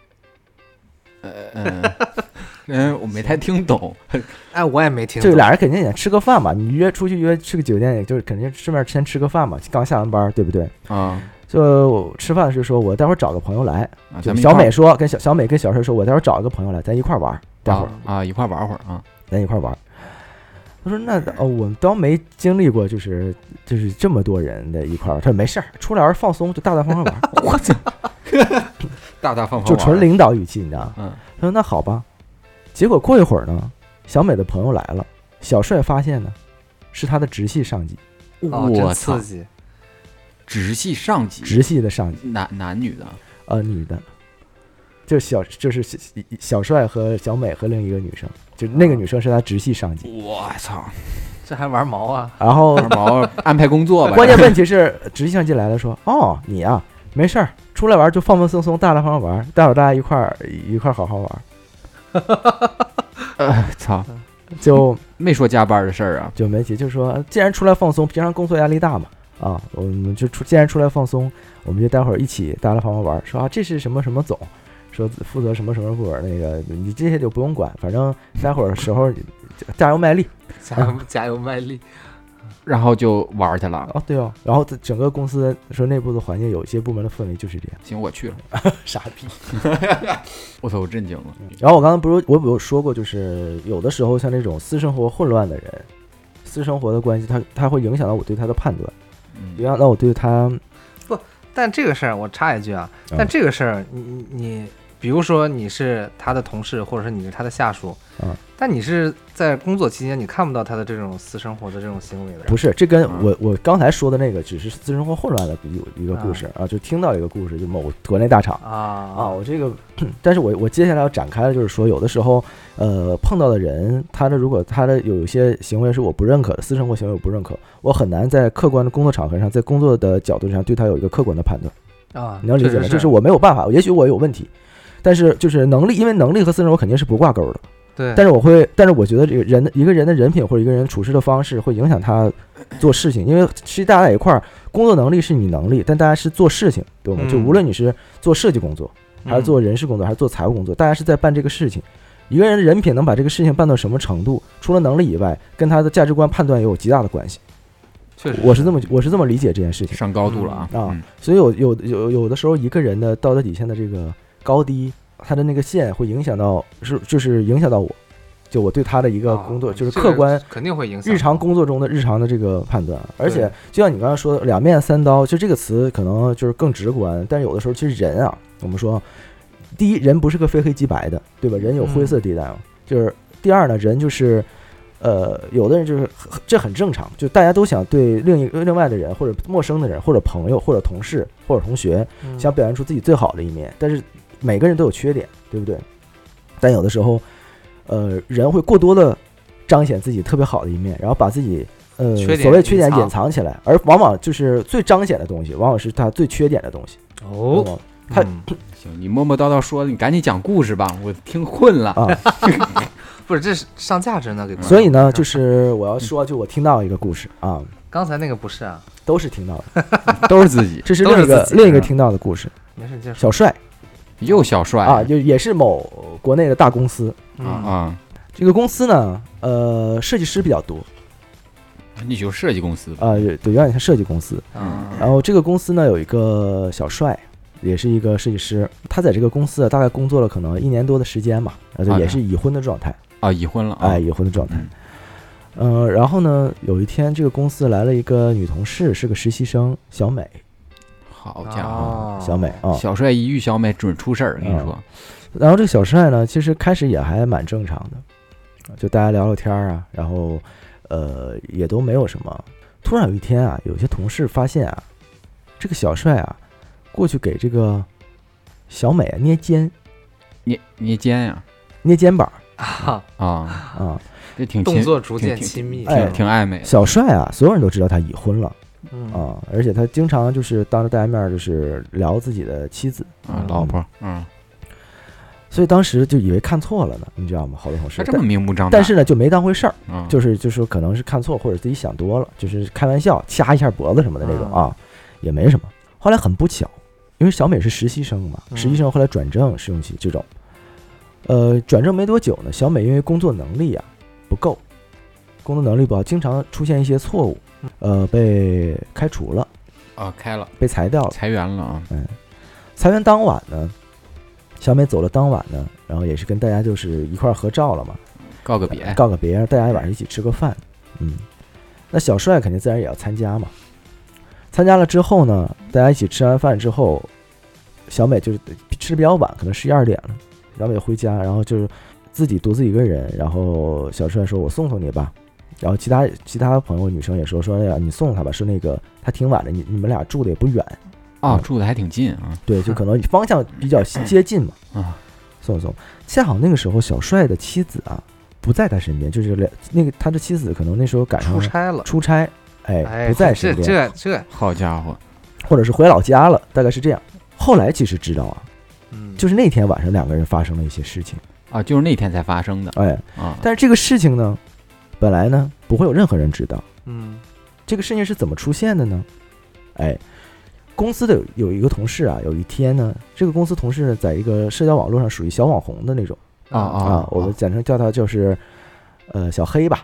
嗯嗯，我没太听懂。 哎，我也没听就懂。 俩人肯定想吃个饭嘛，你约出去约去个酒店，也就是肯定顺便先吃个饭嘛，刚下完班，对不对？ 啊就吃饭的时候说，我待会儿找个朋友来。 啊， 就小咱们一块儿美说跟小小美跟小帅说，我待会儿找一个朋友来，咱一块儿玩儿，待会儿啊啊一块儿玩会儿啊。 咱一块儿玩儿。他说那哦，我们都没经历过，就是就是这么多人的一块儿。他说没事儿，出来玩儿放松，就大大方方玩儿， 我操，大大方方就纯玩儿领导语气，你知道吗？ 嗯他说那好吧。结果过一会儿呢，小美的朋友来了，小帅发现呢是他的直系上级， 哦，真我操刺，激。 直系上级， 直系的上级， 男男女的， 呃，女的，就是小就是小小帅和小美和另一个女生，就那个女生是他直系上级。 我操， 这还玩毛啊？ 然后玩毛安排工作吧。 关键问题是，直系上级来了说，哦，你啊，没事儿，出来玩就放放松松，大大方方玩，待会儿大家一块儿一块儿好好玩， 呃，操， 就没说加班的事儿啊。 就没提，就是说，既然出来放松，平常工作压力大嘛，啊，我们就出，既然出来放松，我们就待会儿一起大大方方玩，说啊，这是什么什么总，说负责什么什么部门，那个你这些就不用管，反正待会儿时候加油卖力。 加油加油卖力。 然后就玩去了。 哦，对哦，然后整个公司说内部的环境，有一些部门的氛围就是这样。 行，我去了。 傻逼！ 我操，我震惊了。 然后我刚刚不是我有说过，就是有的时候像这种私生活混乱的人，私生活的关系，他他会影响到我对他的判断，影响到我对他。 不，但这个事儿我插一句啊，但这个事儿你你你，比如说你是他的同事，或者是你是他的下属， 嗯， 但你是在工作期间你看不到他的这种私生活的这种行为的。 不是，这跟我我刚才说的那个只是私生活混乱的有一个故事啊，就听到一个故事，就某国内大厂啊啊，我这个，但是我我接下来要展开的就是说，有的时候呃碰到的人，他的如果他的有一些行为是我不认可的，私生活行为我不认可，我很难在客观的工作场合上，在工作的角度上对他有一个客观的判断啊， 你能理解吗？就是我没有办法，也许我有问题。但是就是能力，因为能力和私生活肯定是不挂钩的。 对。 但是我会，但是我觉得这个人的一个人的人品或者一个人处事的方式会影响他做事情，因为其实大家在一块儿，工作能力是你能力，但大家是做事情，对吗？ 嗯、 就无论你是做设计工作，还是做人事工作，还是做财务工作，大家是在办这个事情。一个人的人品能把这个事情办到什么程度，除了能力以外，跟他的价值观判断也有极大的关系。 确实， 我是这么我是这么理解这件事情。 上高度了啊！ 嗯、啊，所以有有有有的时候，一个人的道德底线的这个高低，他的那个线会影响到，是就是影响到我，就我对他的一个工作， 啊、 就是客观、 这个、肯定会影响日常工作中的日常的这个判断。而且就像你刚刚说的，两面三刀，就这个词可能就是更直观，但是有的时候其实人啊，我们说，第一，人不是个非黑即白的，对吧？人有灰色地带嘛。嗯、就是第二呢，人就是。呃，有的人就是这很正常，就大家都想对另一另外的人或者陌生的人或者朋友或者同事或者同学，想表现出自己最好的一面，但是每个人都有缺点，对不对？但有的时候，呃，人会过多的彰显自己特别好的一面，然后把自己呃所谓缺点隐藏起来，而往往就是最彰显的东西，往往是他最缺点的东西。 哦， 他、 嗯、行，你磨磨叨叨说，你赶紧讲故事吧，我听混了啊。 不是，这是上价值呢，给。 所以呢，就是我要说，就我听到一个故事啊。 刚才那个不是啊， 都是听到的， 都是自己。 这是另一个另一个听到的故事。 没事，接着说。 小帅， 又小帅啊，就也是某国内的大公司啊啊。 这个公司呢，呃，设计师比较多。 你就是设计公司啊？对，有点像设计公司。 嗯。 然后这个公司呢，有一个小帅。也是一个设计师，他在这个公司大概工作了可能一年多的时间吧，然后也是已婚的状态啊，已婚了， 哎，已婚的状态。嗯、呃，然后呢，有一天这个公司来了一个女同事，是个实习生小美。 好家伙， 哦、 小美啊， 小帅一遇小美准出事儿，我跟你说、 嗯。然后这个小帅呢，其实开始也还蛮正常的，就大家聊聊天啊，然后呃也都没有什么。突然有一天啊，有些同事发现啊，这个小帅啊。过去给这个小美捏肩， 捏捏肩呀、啊， 捏肩膀啊啊啊， 这挺动作逐渐亲密， 挺挺暧昧。 小帅啊，所有人都知道他已婚了， 嗯啊，而且他经常就是当着大家面就是聊自己的妻子啊，老婆，嗯， 所以当时就以为看错了呢，你知道吗？好多同事他这么明目张胆， 但是呢就没当回事儿、 嗯， 就是就说可能是看错或者自己想多了，就是开玩笑掐一下脖子什么的那种啊，也没什么。后来很不巧。因为小美是实习生嘛，实习生后来转正试用期这种，呃，转正没多久呢，小美因为工作能力啊不够，工作能力不好，经常出现一些错误，呃，被开除了啊，开了， 被裁掉了， 裁员了啊。 嗯，裁员当晚呢，小美走了当晚呢，然后也是跟大家就是一块合照了嘛， 告个别， 告个别，大家晚上一起吃个饭，嗯，那小帅肯定自然也要参加嘛。参加了之后呢，大家一起吃完饭之后，小美就是吃的比较晚，可能十一二点了。小美回家，然后就是自己独自一个人。然后小帅说：“我送送你吧。”然后其他其他朋友女生也说：“说哎呀，你送他吧。”说那个他挺晚的，你你们俩住的也不远啊、哦，住的还挺近啊。 对，就可能方向比较接近嘛。 啊， 送送。恰好那个时候，小帅的妻子啊不在他身边，就是那个他的妻子可能那时候赶上出差了， 出差。哎，不在身边， 这这这好家伙， 或者是回老家了，大概是这样。后来其实知道啊， 嗯， 就是那天晚上两个人发生了一些事情啊，就是那天才发生的， 哎啊，但是这个事情呢，本来呢不会有任何人知道， 嗯， 这个事情是怎么出现的呢？哎，公司的有有一个同事啊，有一天呢，这个公司同事呢，在一个社交网络上属于小网红的那种啊啊，我们简称叫他就是呃小黑吧。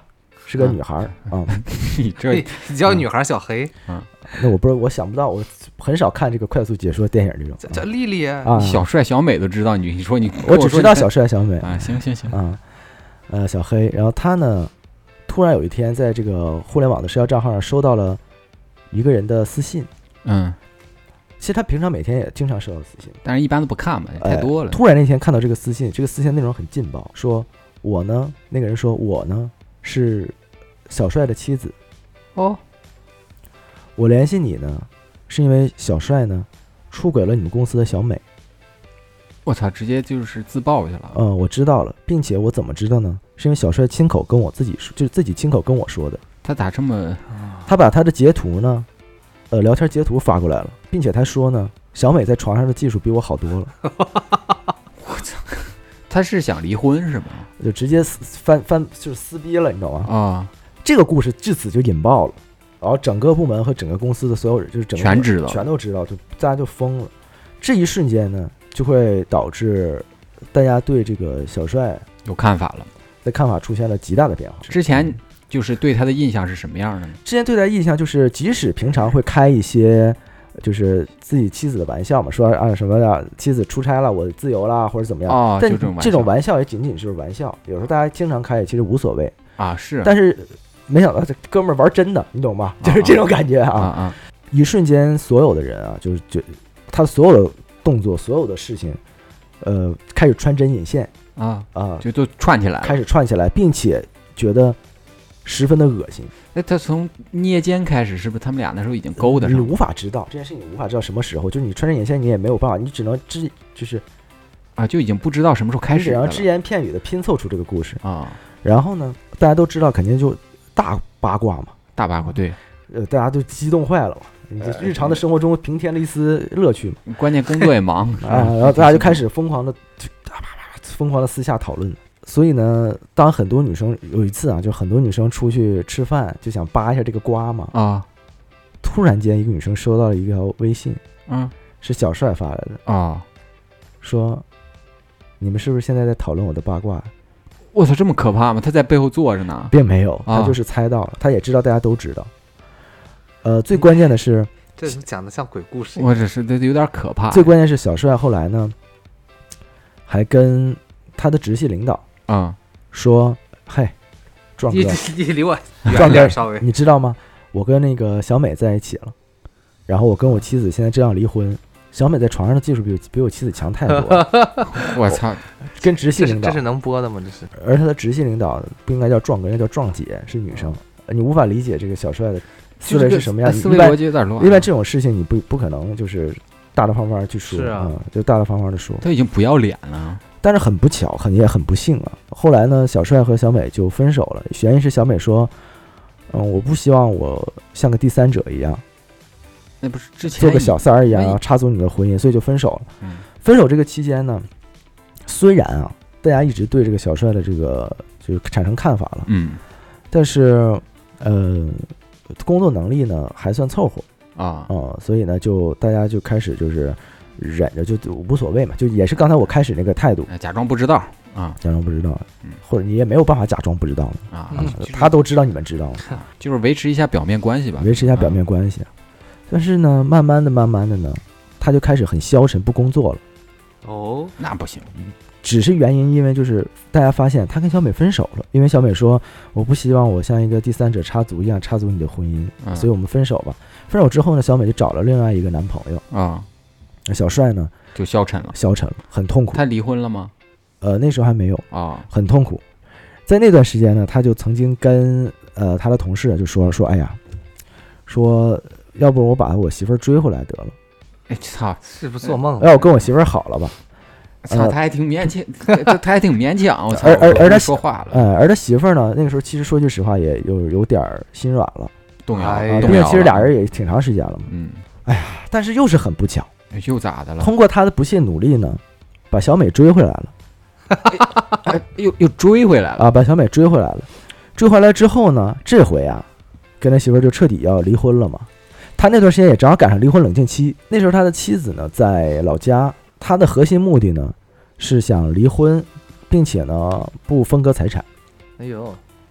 是个女孩儿啊。 你这叫女孩小黑， 那我不是我想不到，我很少看这个快速解说电影这种。 叫丽丽啊， 小帅小美都知道你，你说你我只知道小帅小美啊，行行行啊，呃，小黑，然后他呢，突然有一天在这个互联网的社交账号上收到了一个人的私信， 嗯。 其实他平常每天也经常收到私信， 但是一般都不看嘛，太多了、 哎。突然那天看到这个私信，这个私信内容很劲爆，说我呢，那个人说我呢是小帅的妻子， 哦， 我联系你呢，是因为小帅呢出轨了你们公司的小美。 我操，直接就是自爆去了。 嗯，我知道了，并且我怎么知道呢？是因为小帅亲口跟我自己说，就是自己亲口跟我说的。 他咋这么？ 他把他的截图呢？呃，聊天截图发过来了，并且他说呢，小美在床上的技术比我好多了。 我操，他是想离婚是吗？ 就直接翻翻就是撕逼了，你懂吗？ 啊， 这个故事至此就引爆了，然后整个部门和整个公司的所有人，就是整个全知道， 全都知道，就大家就疯了。这一瞬间呢，就会导致大家对这个小帅有看法了， 的看法出现了极大的变化。 之前。就是对他的印象是什么样的呢？ 之前对他的印象就是，即使平常会开一些，就是自己妻子的玩笑嘛，说啊什么的，妻子出差了，我自由了，或者怎么样。 哦， 但这种这种玩笑也仅仅就是玩笑，有时候大家经常开，其实无所谓啊。是， 但是没想到这哥们儿玩真的，你懂吗？就是这种感觉啊。 啊啊！ 一瞬间，所有的人啊，就是就他所有的动作，所有的事情，呃，开始穿针引线啊啊， 就都串起来了， 开始串起来，并且觉得。十分的恶心。 那他从捏肩开始，是不是他们俩那时候已经勾搭上了？ 你无法知道这件事情，你无法知道什么时候，就是你穿针引线，你也没有办法，你只能知就是啊，就已经不知道什么时候开始了， 然后只言片语的拼凑出这个故事啊。 然后呢，大家都知道，肯定就大八卦嘛， 大八卦对， 呃，大家都激动坏了嘛。你日常的生活中平添了一丝乐趣嘛。 关键工作也忙啊，然后大家就开始疯狂的疯狂的私下讨论。所以呢，当很多女生有一次啊，就很多女生出去吃饭，就想扒一下这个瓜嘛啊。 突然间，一个女生收到了一条微信， 嗯， 是小帅发来的啊， 说你们是不是现在在讨论我的八卦？ 我操，这么可怕吗？他在背后坐着呢， 并没有，他就是猜到了，他也知道大家都知道。呃，最关键的是， 这讲的像鬼故事， 我这是这有点可怕。 最关键是小帅后来呢，还跟他的直系领导啊、嗯、 说：“嘿，壮哥， 你你离我壮哥稍微， 你知道吗？我跟那个小美在一起了，然后我跟我妻子现在这样离婚。小美在床上的技术比我比我妻子强太多了。 我操， 跟直系领导这是能播的吗？这是？ 而他的直系领导不应该叫壮哥，应该叫壮姐，是女生。你无法理解这个小帅的思维是什么样， 思维逻辑有点乱。 因为这种事情你不不可能就是大大方方去说， 是啊、 嗯，就大大方方的说。 他已经不要脸了。 但是很不巧，很也很不幸啊。后来呢，小帅和小美就分手了。原因是小美说：“嗯，我不希望我像个第三者一样， 那不是之前做个小三儿一样，然后插足你的婚姻，所以就分手了。 嗯， 分手这个期间呢，虽然啊，大家一直对这个小帅的这个就产生看法了， 嗯， 但是呃，工作能力呢还算凑合啊， 嗯，所以呢，就大家就开始就是忍着，就无所谓嘛，就也是刚才我开始那个态度， 假装不知道啊， 假装不知道， 嗯， 或者你也没有办法假装不知道啊， 嗯、他都知道，你们知道吗？ 就是维持一下表面关系吧， 维持一下表面关系。啊、但是呢，慢慢的、慢慢的呢，他就开始很消沉，不工作了。 哦， 那不行。 只是原因，因为就是大家发现他跟小美分手了，因为小美说我不希望我像一个第三者插足一样插足你的婚姻， 嗯、 所以我们分手吧。分手之后呢，小美就找了另外一个男朋友啊， 小帅呢就消沉了， 消沉了，很痛苦。 他离婚了吗？ 呃，那时候还没有啊， 很痛苦。在那段时间呢，他就曾经跟呃他的同事就说说，哎呀，说要不我把我媳妇儿追回来得了。 哎操， 是不是做梦？ 要我跟我媳妇儿好了吧？ 操，他还挺勉强，他他还挺勉强。我操， 而而而他说话了， 哎，而他媳妇儿呢，那个时候其实说句实话，也有有点心软了， 动摇了。 啊，毕竟其实俩人也挺长时间了嘛。 嗯， 哎呀，但是又是很不巧， 又咋的了？ 通过他的不懈努力呢，把小美追回来了， 哎、又又追回来了啊，把小美追回来了。追回来之后呢，这回啊，跟他媳妇儿就彻底要离婚了嘛。他那段时间也正好赶上离婚冷静期，那时候他的妻子呢在老家，他的核心目的呢是想离婚，并且呢不分割财产。 哎呦，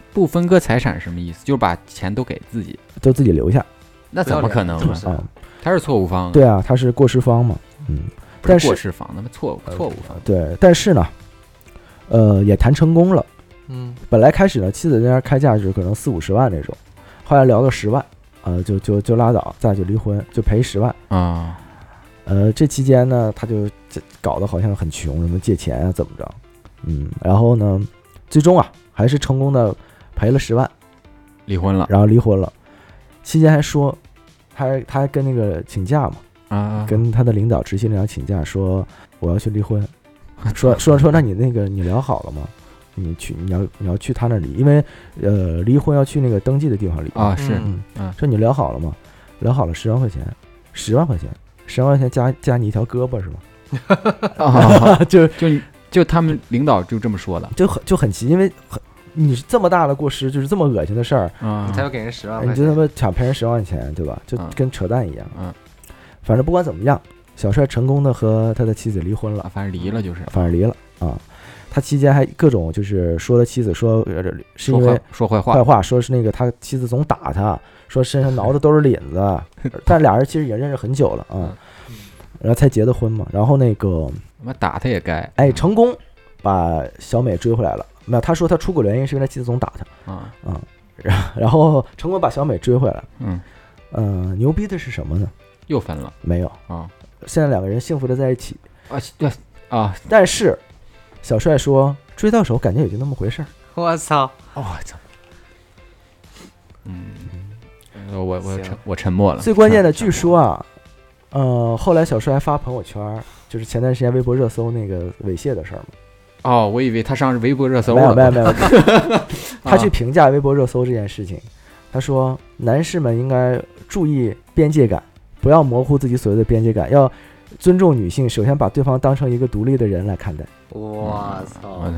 不分割财产是什么意思？就是把钱都给自己， 都自己留下那怎么可能呢？ 啊？ 他是错误方， 对啊，他是过失方嘛，嗯， 不但是是过失方，那么错误错误方。 对，但是呢，呃，也谈成功了。 嗯， 本来开始呢，妻子那边开价是可能四五十万那种，后来聊到十万，呃，就就就拉倒，再就离婚，就赔十万啊。 呃，这期间呢，他就搞得好像很穷，什么借钱啊，怎么着，嗯，然后呢，最终啊，还是成功的赔了十万， 离婚了， 然后离婚了。期间还说，他还他还跟那个请假嘛， 啊， 跟他的领导、直系领导请假，说我要去离婚，说说说，那你那个你聊好了吗？你去，你要你要去他那里，因为呃，离婚要去那个登记的地方离啊，是， 嗯嗯， 说你聊好了吗？聊好了，十万块钱，十万块钱，十万块钱加加你一条胳膊是吗？ 啊， 就就就他们领导就这么说的， 就很就很奇，因为很你是这么大的过失，就是这么恶心的事儿， 嗯， 你才要给人十万块钱， 你就他妈想赔人十万块钱，对吧？就跟扯淡一样。 嗯， 反正不管怎么样，小帅成功的和他的妻子离婚了， 反正离了就是， 反正离了啊。他期间还各种就是说他妻子说是因为说坏话， 坏话说是那个他妻子总打他，说身上挠的都是领子，但俩人其实也认识很久了啊，然后才结的婚嘛。然后那个他打他也该， 哎，成功把小美追回来了。没有，他说他出轨原因是因为他妻子总打他啊啊，然后然后成功把小美追回来。 嗯嗯，牛逼的是什么呢？ 又分了？ 没有啊， 现在两个人幸福的在一起啊，对啊， 但是。小帅说：“追到手，感觉也就那么回事儿。” 我操！ 我操！嗯，我我沉我沉默了。 最关键的，据说啊，呃，后来小帅还发朋友圈，就是前段时间微博热搜那个猥亵的事儿嘛。 哦，我以为他上微博热搜了。没有没有没有，他去评价微博热搜这件事情，他说：“男士们应该注意边界感，不要模糊自己所谓的边界感，要尊重女性，首先把对方当成一个独立的人来看待。” 我操！ 我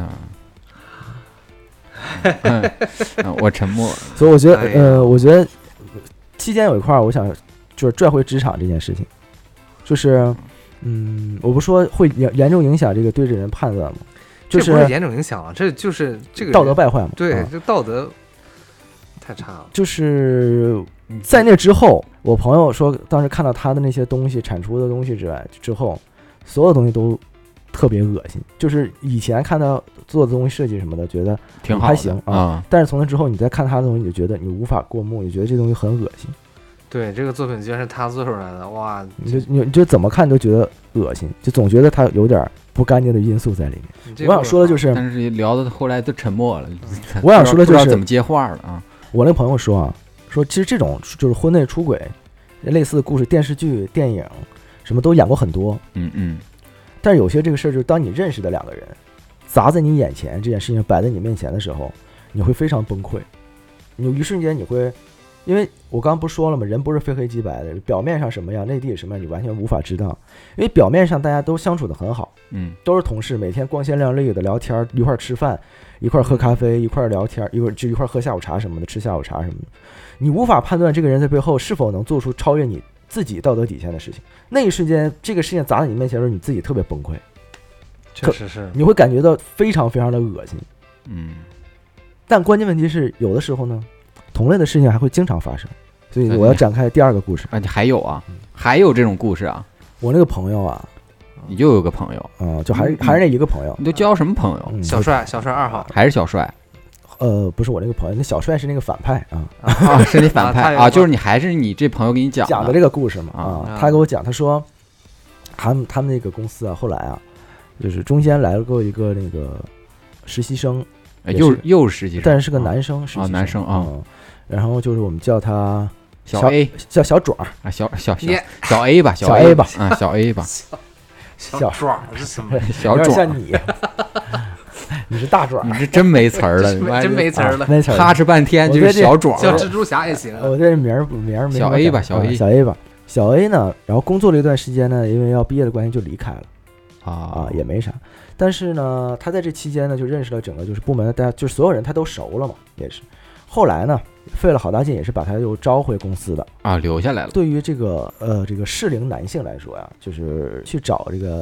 操！嗯，我沉默了。 所以我觉得，呃，我觉得期间有一块，我想就是拽回职场这件事情，就是，嗯，我不说会严严重影响这个对这人判断吗？就是这不是严重影响了，这就是这个道德败坏嘛。 对，这道德太差了。 就是在那之后，我朋友说，当时看到他的那些东西产出的东西之外，之后所有东西都。特别恶心，就是以前看到做的东西设计什么的，觉得挺好， 还行啊、 嗯。 但是从那之后，你再看他的东西，你就觉得你无法过目，你觉得这东西很恶心。 对，这个作品居然是他做出来的，哇！ 你就你你就怎么看都觉得恶心，就总觉得他有点不干净的因素在里面。我想说的就是， 但是聊的后来都沉默了。 我想说的就是怎么接话了啊？ 我那朋友说啊，说其实这种就是婚内出轨类似的故事，电视剧、电影什么都演过很多。 嗯嗯。 但是有些这个事儿，就是当你认识的两个人砸在你眼前，这件事情摆在你面前的时候，你会非常崩溃。你一瞬间你会，因为我刚刚不说了吗？人不是非黑即白的，表面上什么样，内地什么样，你完全无法知道。因为表面上大家都相处得很好， 嗯， 都是同事，每天光鲜亮丽的聊天，一块儿吃饭，一块儿喝咖啡，一块儿聊天，一会儿就一块儿喝下午茶什么的，吃下午茶什么的。你无法判断这个人在背后是否能做出超越你自己道德底线的事情。那一瞬间，这个事情砸在你面前的时候，你自己特别崩溃， 确实是， 你会感觉到非常非常的恶心。 嗯， 但关键问题是，有的时候呢，同类的事情还会经常发生。所以我要展开第二个故事啊，你还有啊，还有这种故事啊？ 我那个朋友啊， 你又有个朋友， 嗯，就还是还是那一个朋友。 你都交什么朋友？ 嗯、 小帅，小帅二号还是小帅？ 呃，不是我那个朋友，那小帅是那个反派啊， 啊，是你反派啊，就是你还是你这朋友给你讲讲的这个故事嘛啊， 他给我讲，他说他们他们那个公司啊，后来啊，就是中间来了过一个那个实习生， 又又是实习生， 但是是个男生，实习生啊，男生啊， 然后就是我们叫他小 A， 叫小壮啊，小小小小 A 吧， 小 A 吧， 啊，小 A 吧， 小壮是什么？ 小壮像你。你是大壮， 你是真没词儿了， 真没词儿了， 没词儿， 哈哧半天就是小壮， 叫蜘蛛侠也行。 我这名儿名儿小 A 吧，小 A 小 A 吧，小 A 呢，然后工作了一段时间呢，因为要毕业的关系就离开了，啊啊也没啥。但是呢，他在这期间呢，就认识了整个就是部门的大家，就是所有人他都熟了嘛，也是。后来呢，费了好大劲，也是把他又招回公司的啊，留下来了。 对于这个呃这个适龄男性来说呀，就是去找这个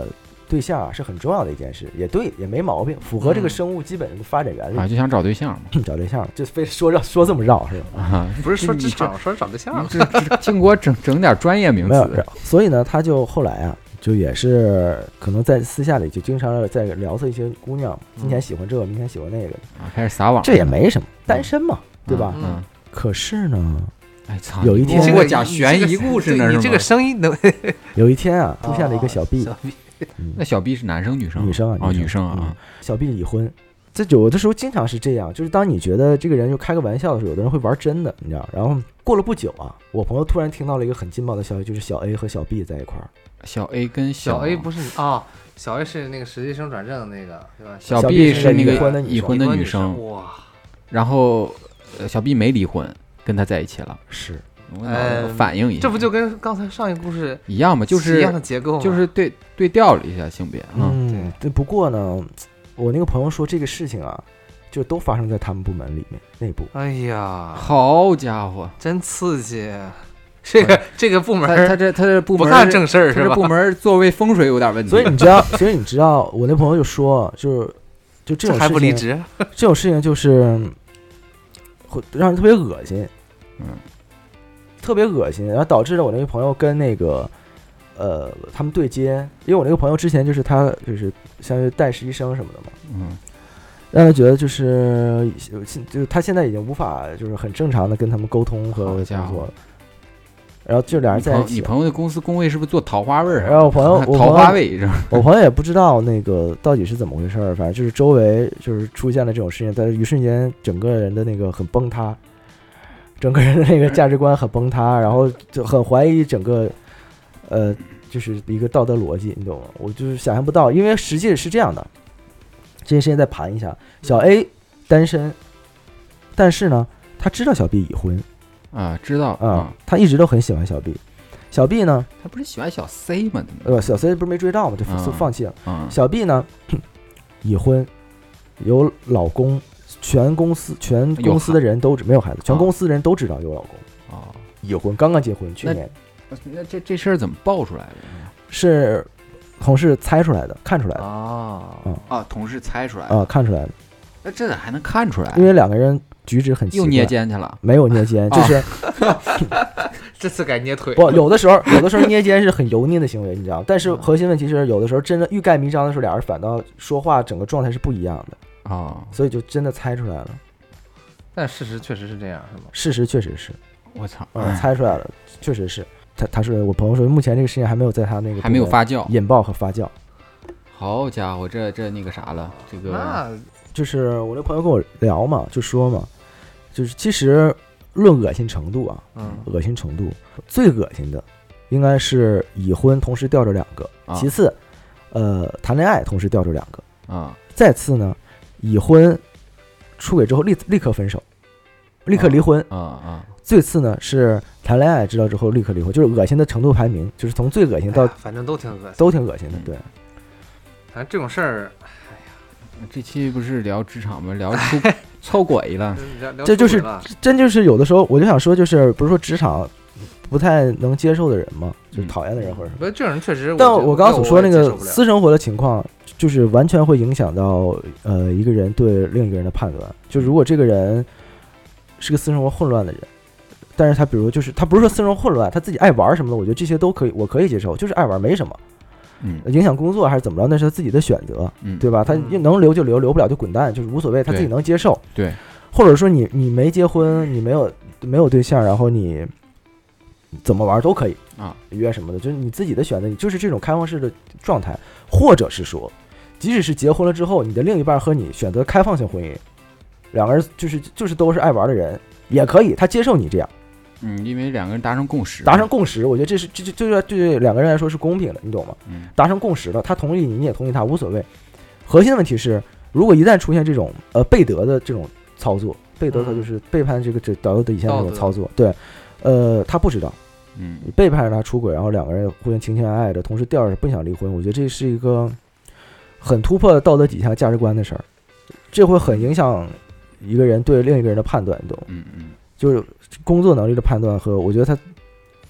对象啊是很重要的一件事，也对，也没毛病，符合这个生物基本的发展原理。 啊，就想找对象嘛， 找对象就非说绕说这么绕是吧？ 啊， 不是说职场，说找对象， 这这经过整整点专业名没有词，， 所以呢，他就后来啊，就也是可能在私下里就经常在聊着一些姑娘，今天喜欢这个，明天喜欢那个， 啊，开始撒网， 这也没什么，单身嘛，对吧？ 嗯， 可是呢， 哎操， 有一天你给我讲你悬疑故事呢，是吗你这个声音能有一天啊，出现了一个小 B， 小 B 嗯那小 B 是男生女生？ 女生啊， 哦， 女女生嗯啊， 小 B 已婚。这有的时候经常是这样，就是当你觉得这个人就开个玩笑的时候，有的人会玩真的，你知道。然后过了不久啊，我朋友突然听到了一个很劲爆的消息，就是小 A 和小 B 在一块儿。 小 A 跟小 A 不是啊，小 A 是那个实习生转正的那个，对吧？ 小小 B B 是那个已婚的女生已婚的女生， 生， 哇， 然后呃小 B 没离婚，跟他在一起了。 是， 我呃脑反应一下， 这不就跟刚才上一个故事一样吗？就是一样的结构吗， 就是对对调了一下性别啊。 嗯，对。不过呢，我那个朋友说这个事情啊，就都发生在他们部门里面内部。 哎呀， 好家伙， 真刺激！这个这个部门他他这他这部门不干正事儿是吧？ 他这部门座位风水有点问题。 所以你知道，所以你知道，我那朋友就说，就是就这种还事情， 不离职， 这种事情就是会让人特别恶心， 嗯， 特别恶心，然后导致了我那个朋友跟那个呃他们对接，因为我那个朋友之前就是他就是相当于带实习生什么的嘛， 嗯， 让他觉得就是就是他现在已经无法就是很正常的跟他们沟通和工好家伙作了，然后就俩人在一起， 你朋友的公司工位是不是做桃花味儿啊？ 然后我朋友我朋友桃花味是吧？ 我朋友也不知道那个到底是怎么回事儿，反正就是周围就是出现了这种事情，在一瞬间整个人的那个很崩塌，整个人的那个价值观很崩塌，然后就很怀疑整个呃就是一个道德逻辑，你懂吗？我就是想象不到，因为实际是这样的，这件事情再盘一下，小 A 单身，但是呢，他知道小 B 已婚啊，知道啊、 啊， 他一直都很喜欢小 B， 小 B 呢， 他不是喜欢小 C 吗？ 呃，小 C 不是没追到嘛，就啊放弃了。 啊， 小 B 呢，已婚，有老公，全公司全公司的人都知没有孩子，全公司的人都知道有老公， 哦， 已婚，刚刚结婚，去那年那这这事儿怎么爆出来的？ 是同事猜出来的，看出来的哦嗯啊，同事猜出来啊、看出来的， 那这咋还能看出来？ 因为两个人举止很奇怪， 又捏肩去了。 没有捏肩，就是、 这次改捏腿， 不有的时候有的时候捏肩是很油腻的行为，你知道吗？但是核心问题是，有的时候真的欲盖弥彰的时候，俩人反倒说话整个状态是不一样的， 哦， 所以就真的猜出来了。 但事实确实是这样，是吗？ 事实确实是， 我操， 嗯，猜出来了，确实是。他他说我朋友说，目前这个事情还没有在他那个还没有发酵。 引爆和发酵。 好家伙，这这那个啥了，这个那就是我那朋友跟我聊嘛，就说嘛，就是其实论恶心程度啊， 嗯恶心程度最恶心的应该是已婚同时吊着两个， 啊其次，呃，谈恋爱同时吊着两个， 啊再次呢，已婚出轨之后立立刻分手，立刻离婚， 啊啊， 最次呢是谈恋爱知道之后立刻离婚，就是恶心的程度排名，就是从最恶心到哎呀反正都挺恶心， 都挺恶心的，对。 反正这种事儿， 这期不是聊职场吗？聊出出轨了。 聊聊这就是出轨了真就是有的时候我就想说，就是不是说职场不太能接受的人嘛，就是嗯讨厌的人或者什么。 不是这种人确实， 但我我刚刚所说那个我也接受不了私生活的情况，就是完全会影响到呃一个人对另一个人的判断。就如果这个人是个私生活混乱的人，但是他比如就是他不是说私生活混乱，他自己爱玩什么的，我觉得这些都可以，我可以接受，就是爱玩没什么， 嗯影响工作还是怎么着，那是他自己的选择， 嗯， 对吧？他嗯能留就留，留不了就滚蛋，就是无所谓，他自己对能接受。 对， 或者说你你没结婚，你没有没有对象，然后你怎么玩都可以啊， 约什么的，就是你自己的选择，你就是这种开放式的状态，或者是说，即使是结婚了之后，你的另一半和你选择开放性婚姻，两个人就是就是都是爱玩的人，也可以，他接受你这样， 嗯，因为两个人达成共识， 达成共识，我觉得这是这这这对两个人来说是公平的，你懂吗？ 嗯达成共识了，他同意你，你也同意他，无所谓。核心的问题是，如果一旦出现这种呃背德的这种操作，背德他就是背叛这个这道德底线的这种操作，对，呃，他不知道， 嗯你背叛着他出轨，然后两个人互相情情爱爱的，同时吊着不想离婚，我觉得这是一个很突破道德底线价值观的事儿，这会很影响一个人对另一个人的判断，你懂吗？ 嗯嗯就是工作能力的判断和我觉得他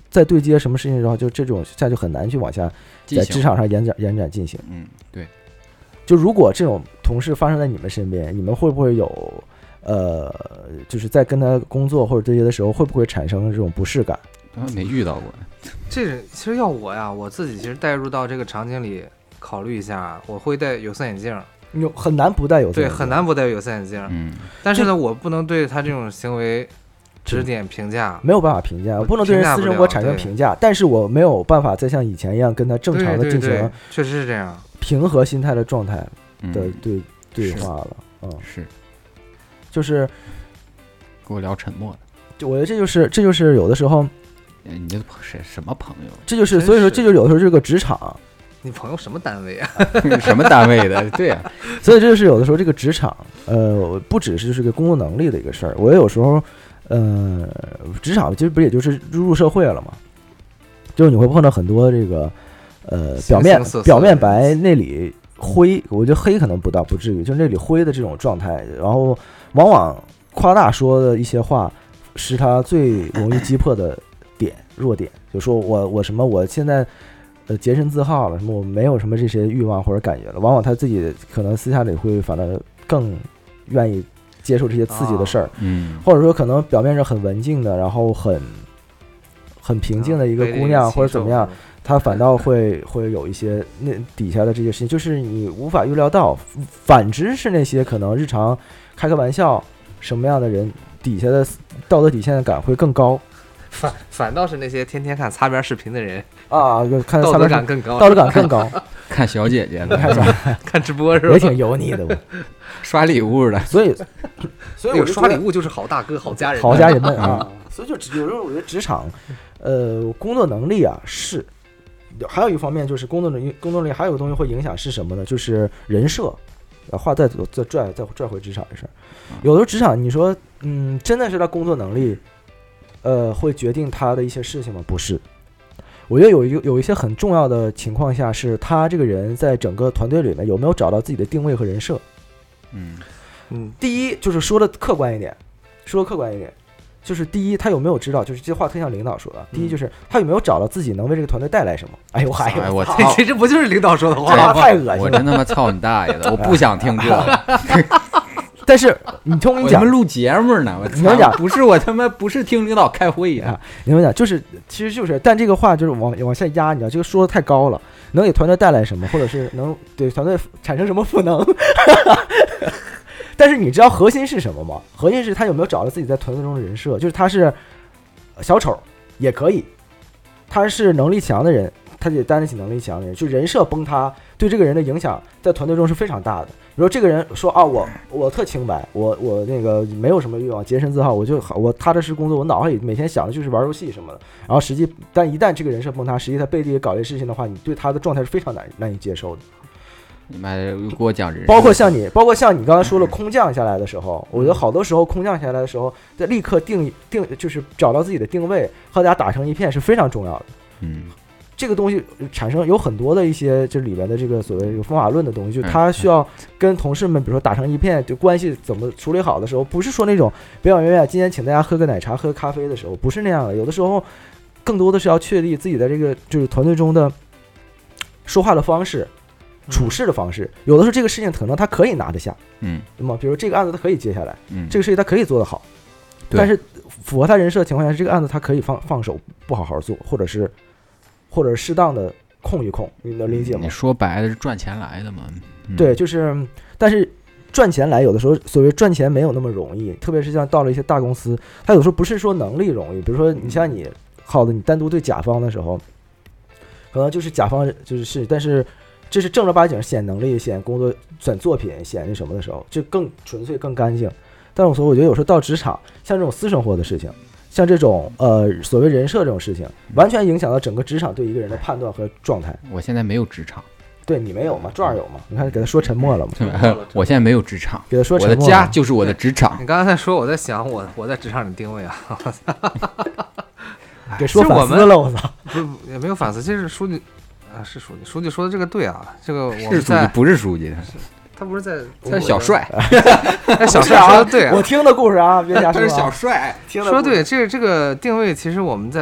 再对接什么事情的话，就这种现在就很难去往下在职场上延展延展进行。 嗯，对。 就如果这种同事发生在你们身边，你们会不会有呃，就是在跟他工作或者对接的时候，会不会产生这种不适感？ 啊，没遇到过。 这是其实要我呀，我自己其实带入到这个场景里考虑一下，我会戴有色眼镜。 有很难不戴有色眼镜， 对，很难不戴有色眼镜。 嗯， 但是呢，我不能对他这种行为指点评价， 没有办法评价，我不能对人私生活产生评价，但是我没有办法再像以前一样跟他正常的进行， 确实是这样， 平和心态的状态的嗯、 对对话了，嗯， 是， 就是跟我聊沉默的， 就我觉得这就是这就是有的时候， 你这谁什么朋友？ 这就是所以说这就有的时候这个职场。 你朋友什么单位啊？ 什么单位的？对呀、啊， 所以这就是有的时候这个职场，呃，不只是就是个工作能力的一个事儿。我有时候，呃，职场其实不也就是入社会了嘛？就是你会碰到很多这个，呃，表面色色表面白，内里灰。我觉得黑可能不到不至于，就内里灰的这种状态。然后往往夸大说的一些话，是他最容易击破的点弱点。就说我我什么我现在。呃，洁身自好了，什么我没有什么这些欲望或者感觉了，往往他自己可能私下里会反而更愿意接受这些刺激的事儿、哦， 嗯， 或者说可能表面上很文静的，然后很很平静的一个姑娘、啊、或者怎么样，她反倒会会有一些那底下的这些事情，就是你无法预料到。反之是那些可能日常开个玩笑什么样的人，底下的道德底线感会更高。 反反倒是那些天天看擦边视频的人啊，看道德感更高， 道德感更高。 看小姐姐的， 看直播是吧？ 也挺油腻的， 刷礼物的。 所以，所以我刷礼物就是好大哥、好家人、 好家人们啊。所以就有时候我觉得职场，呃，工作能力啊是，还有一方面就是工作能力，工作能力还有个东西会影响是什么呢？就是人设。话再再拽再拽回职场的事儿，有的时候职场你说，嗯，真的是他工作能力。呃，会决定他的一些事情吗？不是，我觉得有一个有一些很重要的情况下，是他这个人在整个团队里面有没有找到自己的定位和人设。 嗯嗯，第一就是说的客观一点，说的客观一点，就是第一他有没有知道，就是这话特像领导说的，第一就是他有没有找到自己能为这个团队带来什么。哎呦，还有我操， 这这不就是领导说的话吗？ 太恶心了， 我真他妈操你大爷的，我不想听这个。 但是你听我跟你讲， 我们录节目呢，我你跟你讲， 不是我他妈不是听领导开会呀、啊， 你跟我讲，就是其实就是，但这个话就是往往下压，你知道，这个说的太高了，能给团队带来什么，或者是能对团队产生什么赋能？但是你知道核心是什么吗？核心是他有没有找到自己在团队中的人设，就是他是小丑也可以，他是能力强的人，他得担得起能力强的人，就人设崩塌对这个人的影响在团队中是非常大的。比如这个人说啊，我我特清白，我我那个没有什么欲望，洁身自好，我就我踏踏实工作，我脑海里每天想的就是玩游戏什么的。然后实际，但一旦这个人设崩塌，实际他背地里搞这事情的话，你对他的状态是非常难难以接受的。 你妈给我讲人， 包括像你，包括像你刚才说了空降下来的时候，我觉得好多时候空降下来的时候，在立刻定定就是找到自己的定位和大家打成一片是非常重要的。 嗯。 这个东西产生有很多的一些，就是里面的这个所谓有方法论的东西，就他需要跟同事们，比如说打成一片，就关系怎么处理好的时候，不是说那种表表面面，今天请大家喝个奶茶、喝咖啡的时候，不是那样的。有的时候，更多的是要确立自己的这个就是团队中的说话的方式、处事的方式。有的时候这个事情可能他可以拿得下， 嗯， 那么比如这个案子他可以接下来， 嗯， 这个事情他可以做得好，但是符合他人设的情况下，这个案子他可以放放手不好好做，或者是。或者适当的控一控，你能理解吗？ 你说白了是赚钱来的嘛？ 嗯、对，就是，但是赚钱来有的时候，所谓赚钱没有那么容易，特别是像到了一些大公司，他有时候不是说能力容易，比如说你像你好的，你单独对甲方的时候，可能就是甲方就是是，但是这是正儿八经显能力、显工作、显作品、显那什么的时候，就更纯粹、更干净。但是我觉得有时候到职场，像这种私生活的事情。像这种呃所谓人设这种事情，完全影响到整个职场对一个人的判断和状态。 我现在没有职场， 对你没有吗？壮有吗？你看给他说沉默了吗？ 我现在没有职场， 给他说沉默了。 我的家就是我的职场。 你刚才在说，我在想我我在职场里定位啊， 给说反思了，我操！ 不也没有反思，这是书记啊，是书记，书记说的这个对啊，这个我是书记不是书记， 他不是在， 他是小帅， 小帅说的对啊， 我听的故事啊，别瞎说。 他是小帅， 说对，这个这个定位，其实我们在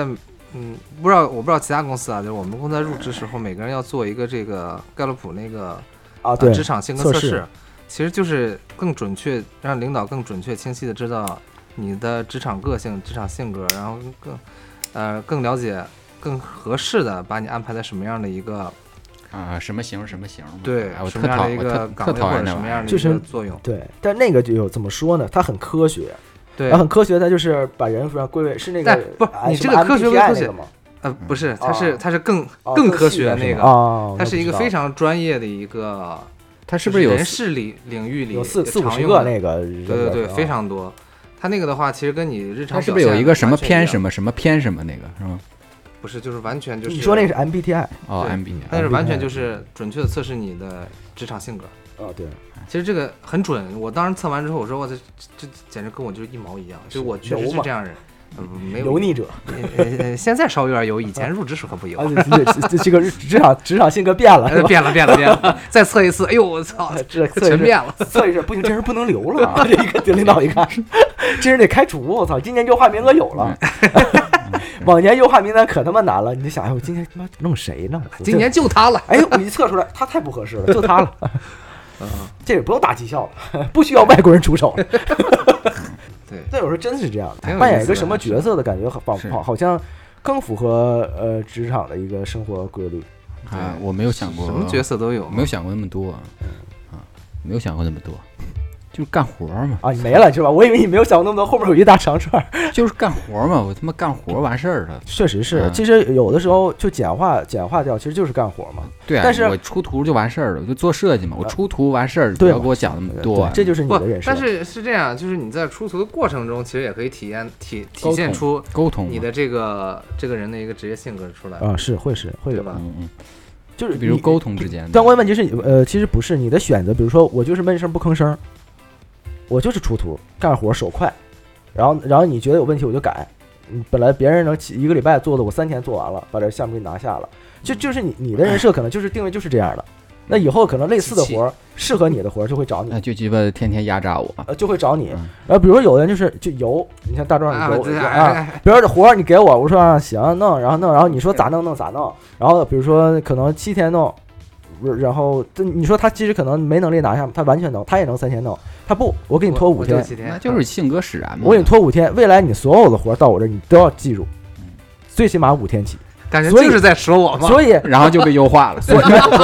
嗯，不知道我不知道其他公司啊，就是我们公司在入职时候，每个人要做一个这个盖洛普那个啊，对， 呃、职场性格测测试，其实就是更准确，让领导更准确、清晰的知道你的职场个性、职场性格，然后更呃更了解、更合适的把你安排在什么样的一个。 啊，什么型什么型？ 对， 哎、我什么样的一个岗位或者什么样的一个作用？ 对，但那个就有怎么说呢？它很科学， 对， 很科学，它就是把人归为是那个不，你这个科学归科学吗？ 呃，不是，它是它是更哦更科学那个， 哦， 它是一个非常专业的一个， 它是不是有人事领领域里有四四五十个那个？ 对对对，非常多。它那个的话，其实跟你日常它是不是有一个什么偏什么什么偏什么那个是吗？ 不是，就是完全就是你说那是 M B T I 哦 ，M B T I， 但是完全就是准确的测试你的职场性格。 哦，对， 其实这个很准。我当时测完之后，我说我这这简直跟我就是一毛一样，就我确实是这样人，呃，没有油腻者。 呃呃，现在稍微有点油，以前入职时可不油。 这这个职场职场性格变了， 变了变了变了。再测一次，哎呦我操， 这全变了。 测一次不行，这人不能留了。这一个领导一看，这人得开除。我操，今年优化名额有了。往年优化名单可他妈难了，你就想，哎，我今年他妈弄谁呢？ 今年就他了。 哎，我一测出来，他太不合适了，就他了。这也不用打绩效了，不需要外国人出手。 对， 那有时候真是这样的，扮演一个什么角色的感觉，好好好像更符合呃职场的一个生活规律。 啊，我没有想过什么角色都有， 没有想过那么多啊，没有想过那么多。就是干活嘛啊，你没了是吧？我以为你没有想过那么多，后面有一大长串。 就是干活嘛，我他妈干活完事儿了。 确实是，嗯、其实有的时候就简化简化掉，其实就是干活嘛。 对啊， 但是我出图就完事儿了，我就做设计嘛，我出图完事儿，不要给我讲那么多、啊。 这就是你的人生。 但是是这样，就是你在出图的过程中，其实也可以体验体体现出沟通你的这个这个人的一个职业性格出来。 啊，是会是会对吧？ 嗯嗯。 就是比如沟通之间的。 但关键问题是，呃，其实不是你的选择，比如说我就是闷声不吭声。我就是出图干活手快，然后然后你觉得有问题我就改，嗯，本来别人能一个礼拜做的，我三天做完了，把这项目给拿下了，就就是你你的人设可能就是定位就是这样的，那以后可能类似的活适合你的活就会找你， 那就鸡巴天天压榨我， 呃，就会找你。然后比如说有的人就是就油，你像大壮你给我啊， 啊，比如说这活你给我，我说啊行弄，然后弄，然后你说咋弄弄咋弄，然后比如说可能七天弄。然后你说他其实可能没能力拿下，他完全能，他也能三天弄。他不，我给你拖五天， 那就是性格使然嘛。 我给你拖五天，未来你所有的活到我这儿，你都要记住，最起码五天起。 感觉就是在说我嘛。 所以， 然后就被优化了。 所以，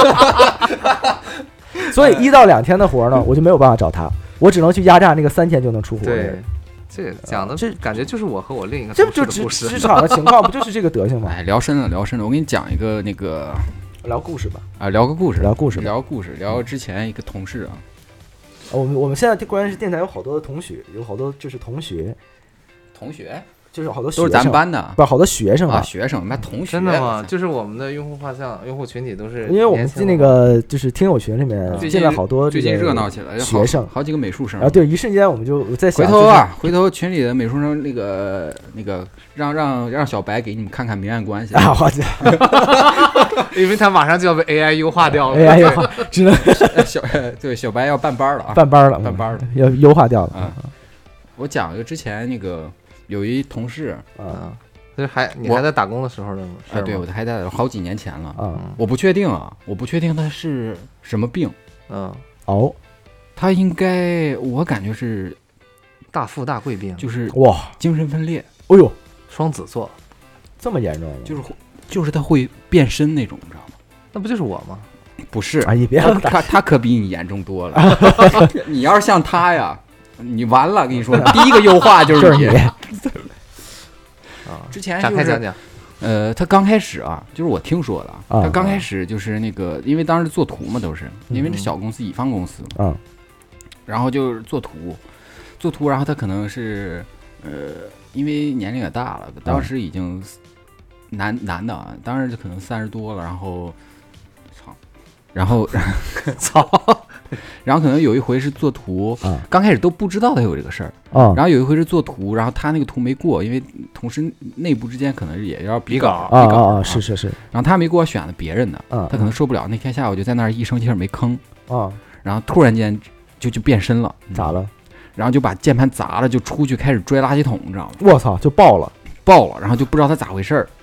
所以一到两天的活呢，我就没有办法找他，我只能去压榨那个三天就能出活的人。 这讲的这感觉就是我和我另一个这不就职职场的情况，不就是这个德行吗？ 哎，聊深了，聊深了。我给你讲一个那个。 聊故事吧， 啊，聊个故事， 聊故事， 聊故事，聊之前一个同事啊。 我们我们现在关键是电台有好多的同学，有好多就是同学， 同学就是好多都是咱们班的， 不是好多学生啊，学生，那同学真的吗？就是我们的用户画像、用户群体都是， 因为我们进那个就是听友群里面进来好多最近热闹起来， 学生好几个美术生啊，对，一瞬间我们就在回头啊，回头群里的美术生那个那个让让让小白给你们看看明暗关系啊，好的， 因为他马上就要被 A I 优化掉了 ，A I 优化只能小对小白要办班了啊， 办班了， 办班了， 要优化掉了啊。我讲一个之前那个。有一同事啊，就是还你还在打工的时候的事儿，对，我还在好几年前了啊， 我不确定啊，我不确定他是什么病， 嗯， 哦， 他应该我感觉是大富大贵病， 就是哇， 精神分裂， 哎呦， 双子座， 这么严重吗？ 就是就是他会变身那种，你知道吗？ 那不就是我吗？ 不是， 啊，你别他他可比你严重多了，你要是像他呀。你完了，跟你说，第一个优化就是你。 啊， 之前展开讲讲。 呃，他刚开始啊，就是我听说的， 啊、 他刚开始就是那个，因为当时做图嘛，都是因为这小公司、乙方公司嘛，啊， 然后就是做图，做图，然后他可能是呃，因为年龄也大了，当时已经男男的啊，当时就可能三十多了，然后操，然后操。然后可能有一回是做图， 啊、 刚开始都不知道他有这个事儿， 啊、 然后有一回是做图，然后他那个图没过，因为同事内部之间可能也要比稿， 比稿啊，是是是， 然后他没给我选了别人的， 啊、 他可能受不了，那天下午就在那儿一生气没吭， 啊， 然后突然间就就变身了， 咋了？ 然后就把键盘砸了，就出去开始拽垃圾桶，你知道吗？ 我操，就爆了， 爆了，然后就不知道他咋回事儿，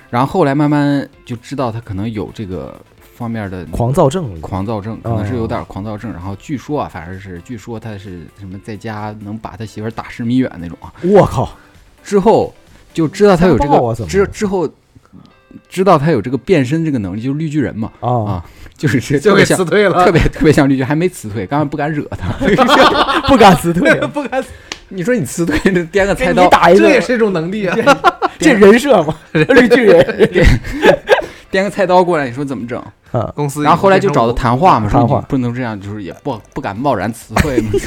然后后来慢慢就知道他可能有这个方面的狂躁症， 狂躁症可能是有点狂躁症。然后据说啊，反正是据说他是什么在家能把他媳妇儿打十米远那种啊。 我靠！ 之后就知道他有这个， 啊、 之之后知道他有这个变身这个能力，就是绿巨人嘛。 啊啊，就是就给辞退了， 特别特别像绿巨人，还没辞退，刚刚不敢惹他， 不敢辞退， 不敢。 你说你辞退，这掂个菜刀， 你打一个， 这也是一种能力啊。 这人设嘛，绿巨人， 掂个菜刀过来，你说怎么整？ 啊， 公司。 然后后来就找他谈话嘛， 谈话说你不能这样，就是也不不敢贸然辞退嘛，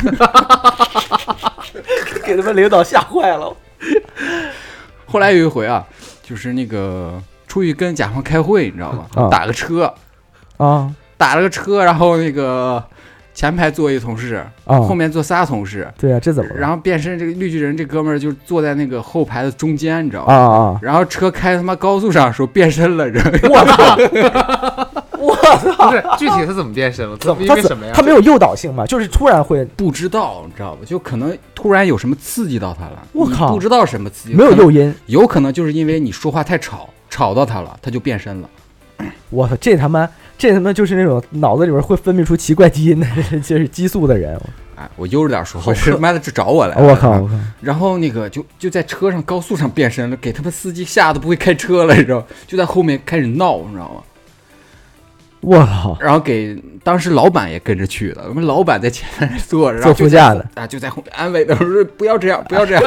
给他们领导吓坏了。 后来有一回啊，就是那个出去跟甲方开会，你知道吧？ 啊、 打个车， 啊， 打了个车，然后那个。前排坐一同事， 啊， 后面坐仨同事。 对啊，这怎么了？ 然后变身这个绿巨人这哥们儿就坐在那个后排的中间，你知道吗？ 啊啊！ 然后车开他妈高速上，说变身了，人。 我操！我操！ 不是具体他怎么变身了？ 怎么？ 因为什么呀？ 他没有诱导性嘛，就是突然会不知道，你知道吧？就可能突然有什么刺激到他了。 我靠！ 不知道什么刺激， 没有诱因， 有可能就是因为你说话太吵，吵到他了，他就变身了。 我操！这他妈！这他妈就是那种脑子里边会分泌出奇怪基因的，就是激素的人。 哎，我悠着点说，我是妈的找我来了。 我靠！我靠！ 然后那个就就在车上高速上变身了，给他们司机吓得不会开车了，你知道？就在后面开始闹，你知道吗？ 我靠！ 然后给当时老板也跟着去了，我们老板在前面坐着， 坐副驾的啊，就在后面安慰的说：“不要这样，不要这样，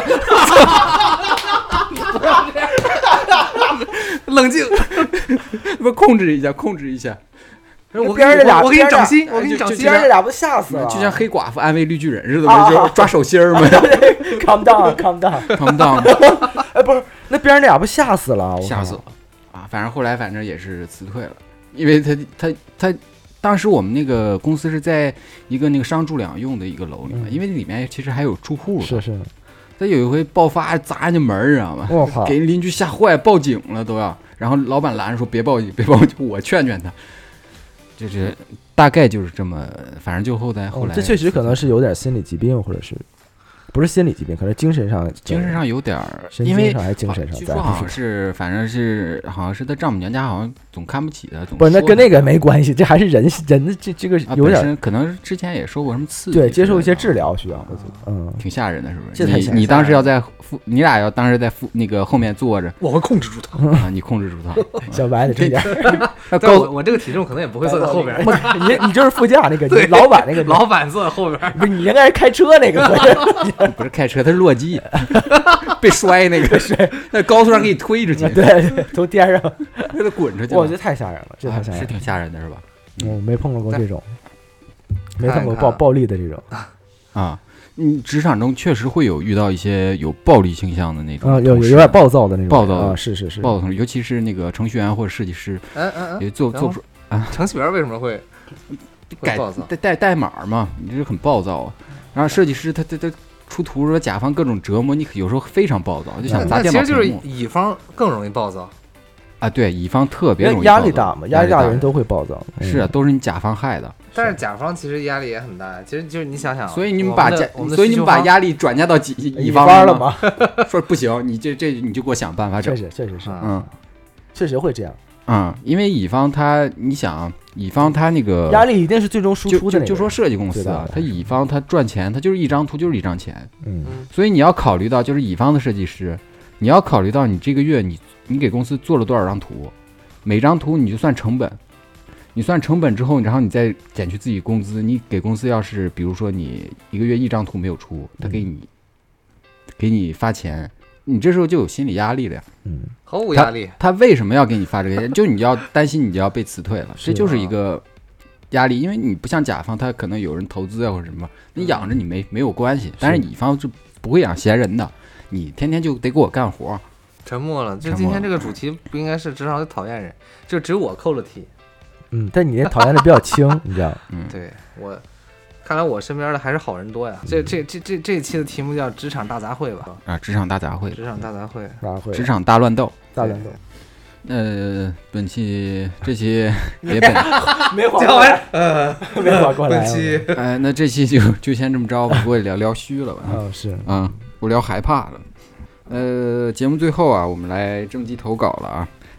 不要这样， 冷静， 不控制一下，控制一下。” 我边上这俩，我给你掌心，我给你掌心， 边上这俩不吓死了， 就像黑寡妇安慰绿巨人似的，不是抓手心儿吗 ？Calm down，calm down，calm down。 哎，不是，那边上这俩不吓死了？ 吓死了啊！反正后来反正也是辞退了，因为他他他当时我们那个公司是在一个那个商住两用的一个楼里面，因为里面其实还有住户。 是是。 他有一回爆发砸人家门儿，知道吗？ 我靠！ 给邻居吓坏，报警了都要。然后老板拦着说：“别报警，别报警，我劝劝他。”就是大概就是这么，反正就后来后来、 哦，这确实可能是有点心理疾病，或者是不是心理疾病，可能精神上精神上有点儿， 因为还是精神上， 据说好像是，反正是好像是他丈母娘家好像总看不起他，总不是那跟那个没关系，这还是人人的这这个有点、 啊、可能之前也受过什么刺激， 对，接受一些治疗需要，嗯， 挺吓人的，是不是？ 这太吓人你你当时要在副，你俩要当时在副那个后面坐着， 我会控制住他啊，你控制住他， 小白的这点。 高我我这个体重可能也不会坐在后边， 你你就是副驾那个，你老板那个， 老板坐在后边， 不是你应该是开车那个， 不是开车，他是落地，被摔那个摔，在高速上给你推出去， 对对，从天上给他滚出去。 我觉得太吓人了，这太吓人， 是挺吓人的，是吧？ 我没碰到过这种，没碰过暴暴力的这种啊。嗯，职场中确实会有遇到一些有暴力倾向的那种， 啊，有有点暴躁的那种， 暴躁啊，是是是， 暴躁，尤其是那个程序员或者设计师， 嗯嗯嗯， 也做做不出啊。 程序员为什么会改代代代码嘛？你这是很暴躁啊。然后设计师他他他出图说甲方各种折磨，你有时候非常暴躁，就想砸电脑屏幕。 其实就是乙方更容易暴躁啊，对，乙方特别容易压力大嘛，压力大的人都会暴躁。 是啊，都是你甲方害的。 但是甲方其实压力也很大，其实就是你想想， 所以你们把甲， 所以你们把压力转嫁到乙乙方了吗？ 说不行，你这这你就给我想办法整。 确实确实是， 嗯， 确实会这样。 嗯，因为乙方他，你想，乙方他那个压力一定是最终输出的那个。 就就说设计公司啊，他乙方他赚钱，他就是一张图就是一张钱。 嗯， 所以你要考虑到，就是乙方的设计师，你要考虑到你这个月你你给公司做了多少张图，每张图你就算成本。你算成本之后，然后你再减去自己工资，你给公司要是比如说你一个月一张图没有出，他给你、嗯、给你发钱，你这时候就有心理压力了呀。 嗯， 毫无压力。 他, 他为什么要给你发这个钱？就你要担心你就要被辞退了，这就是一个压力，因为你不像甲方，他可能有人投资啊或者什么，你养着你没没有关系，但是乙方是不会养闲人的，你天天就得给我干活。 沉默了，就今天这个主题不应该是职场的讨厌人，就只有我扣了题。 嗯，但你那讨厌的比较轻，你知道？ 嗯， 对我，看来我身边的还是好人多呀。这这这这这一期的题目叫职场大杂烩吧？ 啊，职场大杂烩， 职场大杂烩， 杂烩， 职场大乱斗， 大乱斗。 呃，本期这期别本没缓过来，呃， 没缓过来。 本期， 哎，那这期就就先这么着吧，不会聊聊虚了吧？ 嗯，是， 嗯，我聊害怕了。呃，节目最后啊，我们来征集投稿了啊。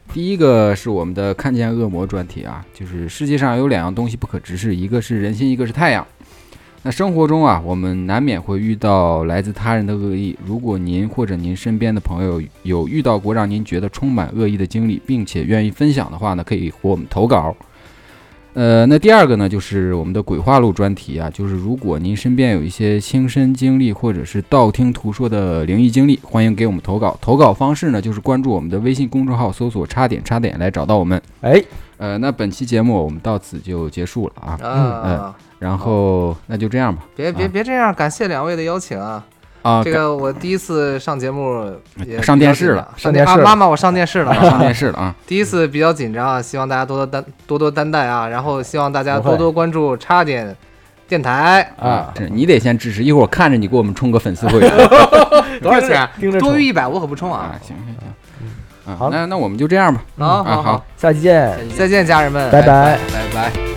第一个是我们的看见恶魔专题啊，就是世界上有两样东西不可直视，一个是人心，一个是太阳。那生活中啊，我们难免会遇到来自他人的恶意。如果您或者您身边的朋友有遇到过让您觉得充满恶意的经历，并且愿意分享的话呢，可以和我们投稿。呃，那第二个呢，就是我们的鬼话录专题啊，就是如果您身边有一些亲身经历或者是道听途说的灵异经历，欢迎给我们投稿。投稿方式呢，就是关注我们的微信公众号，搜索“插点插点”来找到我们。 哎， 呃，那本期节目我们到此就结束了啊。 啊、 嗯，然后那就这样吧。 别别别这样，感谢两位的邀请啊。 啊， 这个我第一次上节目也上电视了， 上电视，妈妈，我上电视了， 上电视了啊！ 第一次比较紧张啊，希望大家多多担多多担待啊，然后希望大家多多关注插点电台啊！是你得先支持，一会儿我看着你给我们充个粉丝会员， 多少钱？多于一百我可不充啊！ 行行行，啊，好，那那我们就这样吧。 好， 好， 下期见， 再见，家人们， 拜拜， 拜拜。